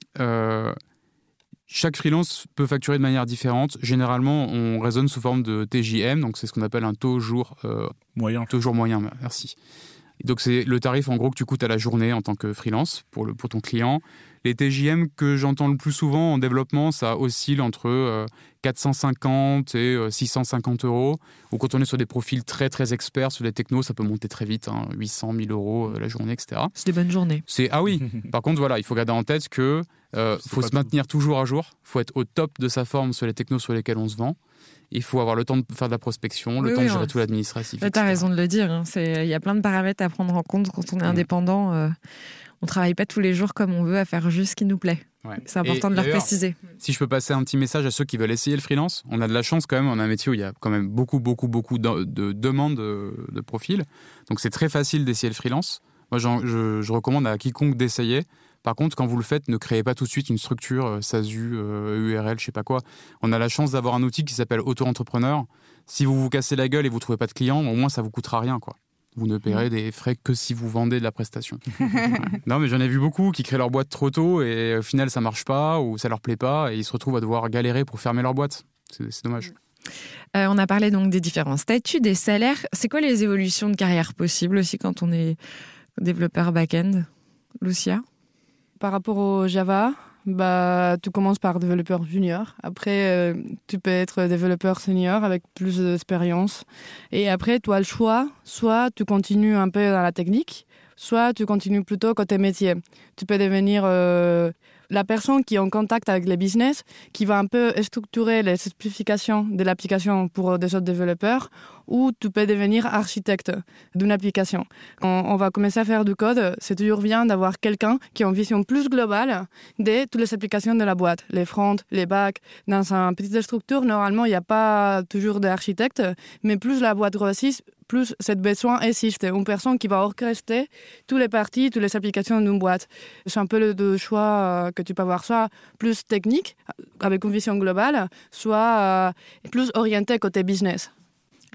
F: euh, chaque freelance peut facturer de manière différente. Généralement, on raisonne sous forme de T J M, donc c'est ce qu'on appelle un taux jour euh,
E: moyen.
F: Taux jour moyen, merci. Donc c'est le tarif en gros que tu coûtes à la journée en tant que freelance pour, le, pour ton client. Les T J M que j'entends le plus souvent en développement, ça oscille entre euh, quatre cent cinquante et euh, six cent cinquante euros. Ou quand on est sur des profils très très experts, sur des technos, ça peut monter très vite, hein, huit cents mille euros euh, la journée, et cetera.
C: C'est des bonnes journées.
F: C'est, ah oui, par contre, voilà, il faut garder en tête que euh, faut se maintenir tout. toujours à jour, il faut être au top de sa forme sur les technos sur lesquels on se vend. Il faut avoir le temps de faire de la prospection, le
C: oui,
F: temps
C: oui,
F: de gérer
C: hein.
F: tout l'administratif.
C: Tu as raison de le dire. Hein. Il y a plein de paramètres à prendre en compte quand on est indépendant. Euh, on ne travaille pas tous les jours comme on veut à faire juste ce qui nous plaît.
F: Ouais.
C: C'est important Et de le préciser.
F: Si je peux passer un petit message à ceux qui veulent essayer le freelance, on a de la chance quand même, on a un métier où il y a quand même beaucoup, beaucoup, beaucoup de, de demandes de, de profils. Donc c'est très facile d'essayer le freelance. Moi, je, je recommande à quiconque d'essayer. Par contre, quand vous le faites, ne créez pas tout de suite une structure euh, S A S U, euh, U R L, je sais pas quoi. On a la chance d'avoir un outil qui s'appelle auto-entrepreneur. Si vous vous cassez la gueule et vous trouvez pas de clients, au moins ça vous coûtera rien, quoi. Vous ne paierez mmh. des frais que si vous vendez de la prestation. Ouais. Non, mais j'en ai vu beaucoup qui créent leur boîte trop tôt et au final ça marche pas ou ça leur plaît pas et ils se retrouvent à devoir galérer pour fermer leur boîte. C'est, c'est dommage.
C: Euh, on a parlé donc des différents statuts, des salaires. C'est quoi les évolutions de carrière possibles aussi quand on est développeur back-end, Lucia?
D: Par rapport au Java, bah, tu commences par développeur junior. Après, euh, tu peux être développeur senior avec plus d'expérience. Et après, tu as le choix. Soit tu continues un peu dans la technique, soit tu continues plutôt côté métier. Tu peux devenir euh, la personne qui est en contact avec les business, qui va un peu structurer les spécifications de l'application pour des autres développeurs, ou tu peux devenir architecte d'une application. Quand on va commencer à faire du code, c'est toujours bien d'avoir quelqu'un qui a une vision plus globale de toutes les applications de la boîte, les fronts, les backs. Dans une petite structure, normalement, il n'y a pas toujours d'architecte, mais plus la boîte grossit, plus cette besoin existe. Une personne qui va orchestrer toutes les parties, toutes les applications d'une boîte. C'est un peu le, le choix que tu peux avoir, soit plus technique, avec une vision globale, soit plus orienté côté business.
C: Adrien ?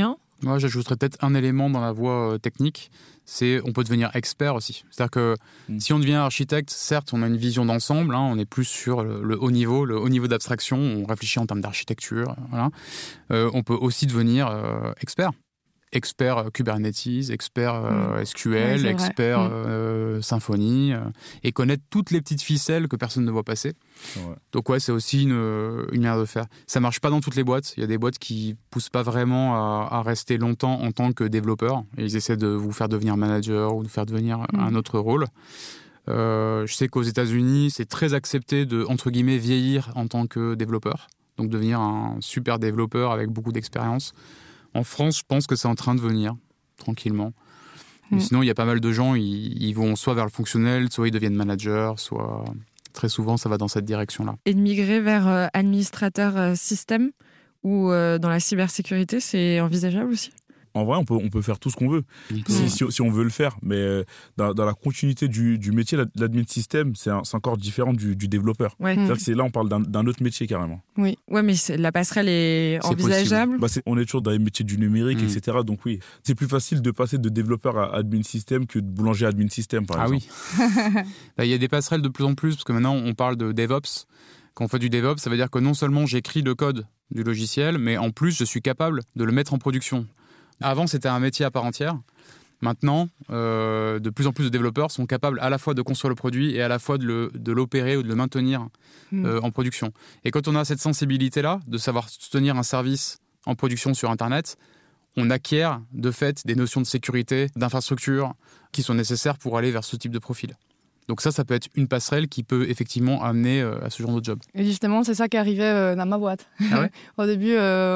F: Moi, j'ajouterais peut-être un élément dans la voie euh, technique, c'est on peut devenir expert aussi. C'est-à-dire que mmh. si on devient architecte, certes, on a une vision d'ensemble, hein, on est plus sur le, le haut niveau, le haut niveau d'abstraction, on réfléchit en termes d'architecture. Voilà. Euh, on peut aussi devenir euh, expert. Expert euh, Kubernetes, expert euh, mmh. S Q L, ouais, expert mmh. euh, Symfony, euh, et connaître toutes les petites ficelles que personne ne voit passer. Ouais. Donc ouais, c'est aussi une, une manière de faire. Ça marche pas dans toutes les boîtes. Il y a des boîtes qui poussent pas vraiment à, à rester longtemps en tant que développeur. Et ils essaient de vous faire devenir manager ou de faire devenir mmh. un autre rôle. Euh, je sais qu'aux États-Unis, c'est très accepté de, entre guillemets, vieillir en tant que développeur. Donc devenir un super développeur avec beaucoup d'expérience. En France, je pense que c'est en train de venir, tranquillement. Mais mmh. sinon, il y a pas mal de gens, ils, ils vont soit vers le fonctionnel, soit ils deviennent managers, soit... Très souvent, ça va dans cette direction-là. Et
C: de migrer vers euh, administrateur euh, système ou euh, dans la cybersécurité, c'est envisageable aussi ?
E: En vrai, on peut, on peut faire tout ce qu'on veut, mmh. si, si, si on veut le faire. Mais euh, dans, dans la continuité du, du métier, l'admin système, c'est, un, c'est encore différent du, du développeur. Ouais. C'est-à-dire que c'est, là, on parle d'un, d'un autre métier carrément.
C: Oui, ouais, mais la passerelle est, c'est envisageable.
E: Bah, c'est, on est toujours dans les métiers du numérique, mmh. et cetera. Donc oui, c'est plus facile de passer de développeur à admin système que de boulanger à admin système, par
F: ah
E: exemple.
F: Ah oui. Bah, y a des passerelles de plus en plus, parce que maintenant, on parle de DevOps. Quand on fait du DevOps, ça veut dire que non seulement j'écris le code du logiciel, mais en plus, je suis capable de le mettre en production. Avant, c'était un métier à part entière. Maintenant, euh, de plus en plus de développeurs sont capables à la fois de construire le produit et à la fois de, le, de l'opérer ou de le maintenir euh, mmh. en production. Et quand on a cette sensibilité-là, de savoir tenir un service en production sur Internet, on acquiert de fait des notions de sécurité, d'infrastructure qui sont nécessaires pour aller vers ce type de profil. Donc ça, ça peut être une passerelle qui peut effectivement amener euh, à ce genre de job.
D: Et justement, c'est ça qui arrivait euh, dans ma boîte.
F: Ah ouais.
D: Au début,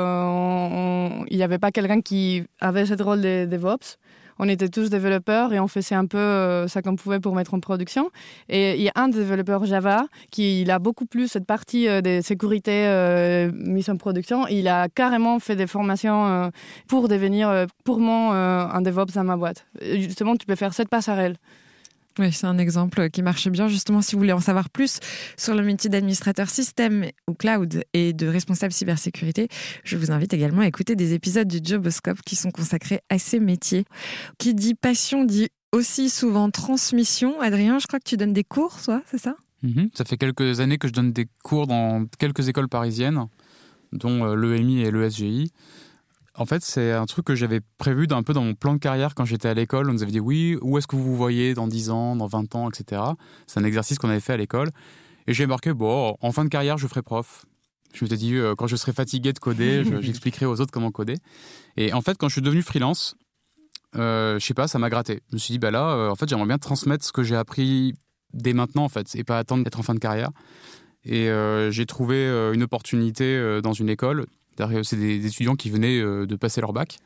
D: euh, il n'y avait pas quelqu'un qui avait ce rôle de DevOps. On était tous développeurs et on faisait un peu euh, ça qu'on pouvait pour mettre en production. Et il y a un développeur Java qui il a beaucoup plus cette partie euh, de sécurité euh, mise en production. Il a carrément fait des formations euh, pour devenir euh, purement euh, un DevOps dans ma boîte. Et justement, tu peux faire cette passerelle.
C: Oui, c'est un exemple qui marche bien. Justement, si vous voulez en savoir plus sur le métier d'administrateur système ou cloud et de responsable cybersécurité, je vous invite également à écouter des épisodes du Joboscope qui sont consacrés à ces métiers. Qui dit passion dit aussi souvent transmission. Adrien, je crois que tu donnes des cours, toi, c'est ça ?
F: Mmh. Ça fait quelques années que je donne des cours dans quelques écoles parisiennes, dont l'E M I et l'E S G I. En fait, c'est un truc que j'avais prévu d'un peu dans mon plan de carrière quand j'étais à l'école. On nous avait dit, oui, où est-ce que vous vous voyez dans dix ans, dans vingt ans, et cetera. C'est un exercice qu'on avait fait à l'école. Et j'ai marqué, bon, en fin de carrière, je ferai prof. Je m'étais dit, euh, quand je serai fatigué de coder, je, j'expliquerai aux autres comment coder. Et en fait, quand je suis devenu freelance, euh, je sais pas, ça m'a gratté. Je me suis dit, bah là, euh, en fait, j'aimerais bien transmettre ce que j'ai appris dès maintenant, en fait, et pas attendre d'être en fin de carrière. Et euh, j'ai trouvé euh, une opportunité euh, dans une école. C'est des étudiants qui venaient de passer leur bac.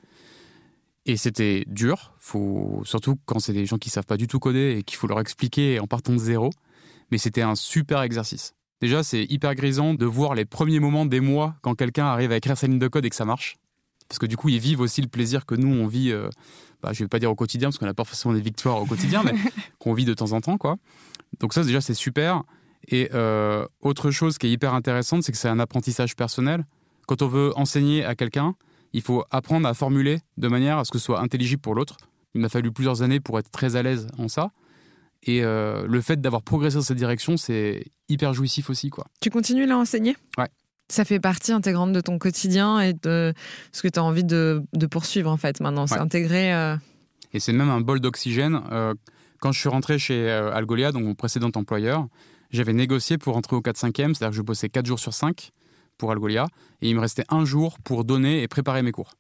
F: Et c'était dur, faut, surtout quand c'est des gens qui ne savent pas du tout coder et qu'il faut leur expliquer en partant de zéro. Mais c'était un super exercice. Déjà, c'est hyper grisant de voir les premiers moments des mois quand quelqu'un arrive à écrire sa ligne de code et que ça marche. Parce que du coup, ils vivent aussi le plaisir que nous, on vit, euh, bah, je ne vais pas dire au quotidien, parce qu'on n'a pas forcément des victoires au quotidien, mais qu'on vit de temps en temps, quoi. Donc ça, déjà, c'est super. Et euh, autre chose qui est hyper intéressante, c'est que c'est un apprentissage personnel. Quand on veut enseigner à quelqu'un, il faut apprendre à formuler de manière à ce que ce soit intelligible pour l'autre. Il m'a fallu plusieurs années pour être très à l'aise en ça. Et euh, le fait d'avoir progressé dans cette direction, c'est hyper jouissif aussi, quoi.
C: Tu continues là à enseigner ?
F: Ouais.
C: Ça fait partie intégrante de ton quotidien et de ce que tu as envie de, de poursuivre, en fait, maintenant. C'est ouais. intégré... Euh...
F: Et c'est même un bol d'oxygène. Euh, quand je suis rentré chez euh, Algolia, donc mon précédent employeur, j'avais négocié pour rentrer au quatre cinquième, c'est-à-dire que je bossais quatre jours sur cinq pour Algolia, et il me restait un jour pour donner et préparer mes cours.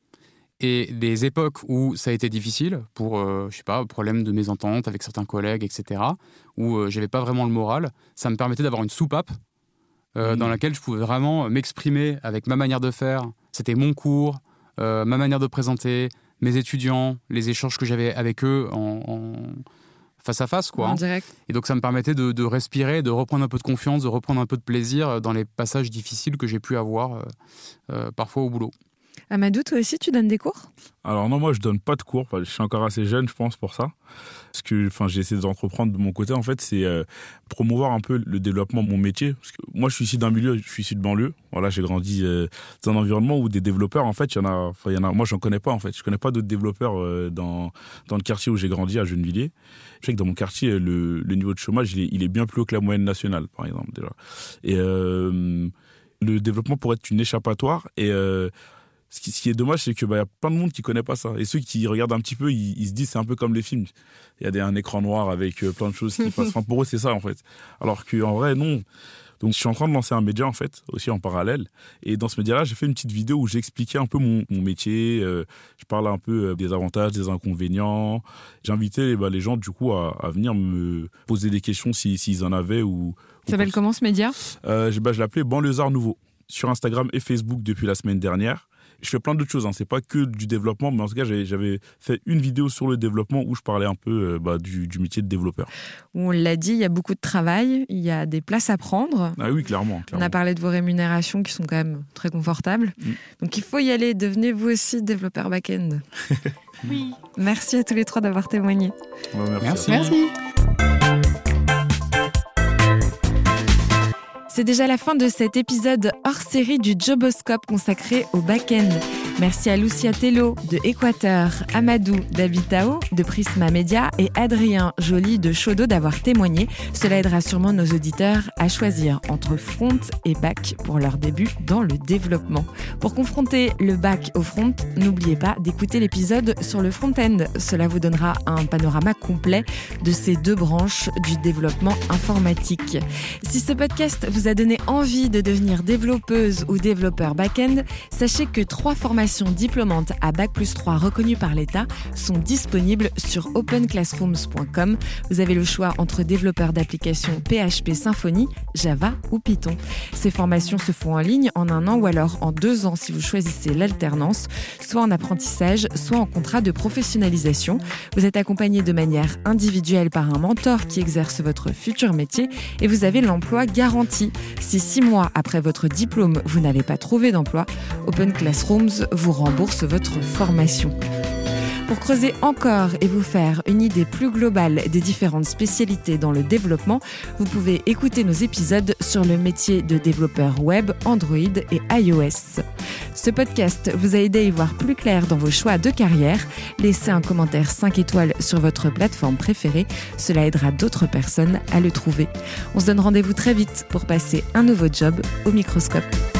F: Et des époques où ça a été difficile, pour, euh, je sais pas, problème de mésentente avec certains collègues, et cetera, où euh, j'avais pas vraiment le moral, ça me permettait d'avoir une soupape euh, mmh. dans laquelle je pouvais vraiment m'exprimer avec ma manière de faire. C'était mon cours, euh, ma manière de présenter, mes étudiants, les échanges que j'avais avec eux en... en face à face, quoi.
C: En direct.
F: Et donc ça me permettait de, de respirer, de reprendre un peu de confiance, de reprendre un peu de plaisir dans les passages difficiles que j'ai pu avoir euh, euh, parfois au boulot.
C: Amadou, toi aussi, tu donnes des cours ?
E: Alors non, moi je donne pas de cours, je suis encore assez jeune, je pense, pour ça. Ce que enfin, j'ai essayé d'entreprendre de mon côté, en fait, c'est euh, promouvoir un peu le développement de mon métier. Parce que moi, je suis issu d'un milieu, je suis issu de banlieue. Voilà, j'ai grandi euh, dans un environnement où des développeurs, en fait, il y en a, enfin, il y en a. Moi, j'en connais pas, en fait. Je connais pas d'autres développeurs euh, dans dans le quartier où j'ai grandi, à Gennevilliers. Je sais que dans mon quartier, le, le niveau de chômage, il est, il est bien plus haut que la moyenne nationale, par exemple, déjà. Et euh, le développement pourrait être une échappatoire. Et euh, Ce qui, ce qui est dommage, c'est qu'il bah, y a plein de monde qui ne connaît pas ça. Et ceux qui regardent un petit peu, ils, ils se disent c'est un peu comme les films. Il y a des, un écran noir avec euh, plein de choses qui passent. Enfin, pour eux, c'est ça, en fait. Alors qu'en vrai, non. Donc, je suis en train de lancer un média, en fait, aussi en parallèle. Et dans ce média-là, j'ai fait une petite vidéo où j'expliquais un peu mon, mon métier. Euh, je parlais un peu des avantages, des inconvénients. J'invitais bah, les gens, du coup, à, à venir me poser des questions si, s'ils en avaient. Ou,
C: ça s'appelle comment, ce média ?
E: euh, bah, Je l'appelais Banlieusards Nouveau. Sur Instagram et Facebook depuis la semaine dernière. Je fais plein d'autres choses, hein. C'est pas que du développement, mais en tout cas, j'avais, j'avais fait une vidéo sur le développement où je parlais un peu euh, bah, du, du métier de développeur.
C: On l'a dit, il y a beaucoup de travail, il y a des places à prendre.
E: Ah oui, clairement. clairement.
C: On a parlé de vos rémunérations qui sont quand même très confortables. Mm. Donc il faut y aller, devenez vous aussi développeur back-end.
D: Oui.
C: Merci à tous les trois d'avoir témoigné.
E: Ouais, merci.
D: Merci. merci.
C: C'est déjà la fin de cet épisode hors-série du Joboscope consacré au back-end. Merci à Lucia Tello de Équateur, Amadou d'Habitao, de Prisma Media et Adrien Joly de Shodo d'avoir témoigné. Cela aidera sûrement nos auditeurs à choisir entre front et back pour leur début dans le développement. Pour confronter le back au front, n'oubliez pas d'écouter l'épisode sur le front-end. Cela vous donnera un panorama complet de ces deux branches du développement informatique. Si ce podcast vous a donné envie de devenir développeuse ou développeur back-end, sachez que trois formations diplômantes à bac plus trois reconnues par l'État sont disponibles sur open classrooms point com. Vous avez le choix entre développeurs d'applications P H P Symfony, Java ou Python. Ces formations se font en ligne en un an ou alors en deux ans si vous choisissez l'alternance, soit en apprentissage, soit en contrat de professionnalisation. Vous êtes accompagné de manière individuelle par un mentor qui exerce votre futur métier et vous avez l'emploi garanti. Si six mois après votre diplôme, vous n'avez pas trouvé d'emploi, Open Classrooms vous rembourse votre formation. Pour creuser encore et vous faire une idée plus globale des différentes spécialités dans le développement, vous pouvez écouter nos épisodes sur le métier de développeur web, Android et iOS. Ce podcast vous a aidé à y voir plus clair dans vos choix de carrière. Laissez un commentaire cinq étoiles sur votre plateforme préférée, cela aidera d'autres personnes à le trouver. On se donne rendez-vous très vite pour passer un nouveau job au microscope.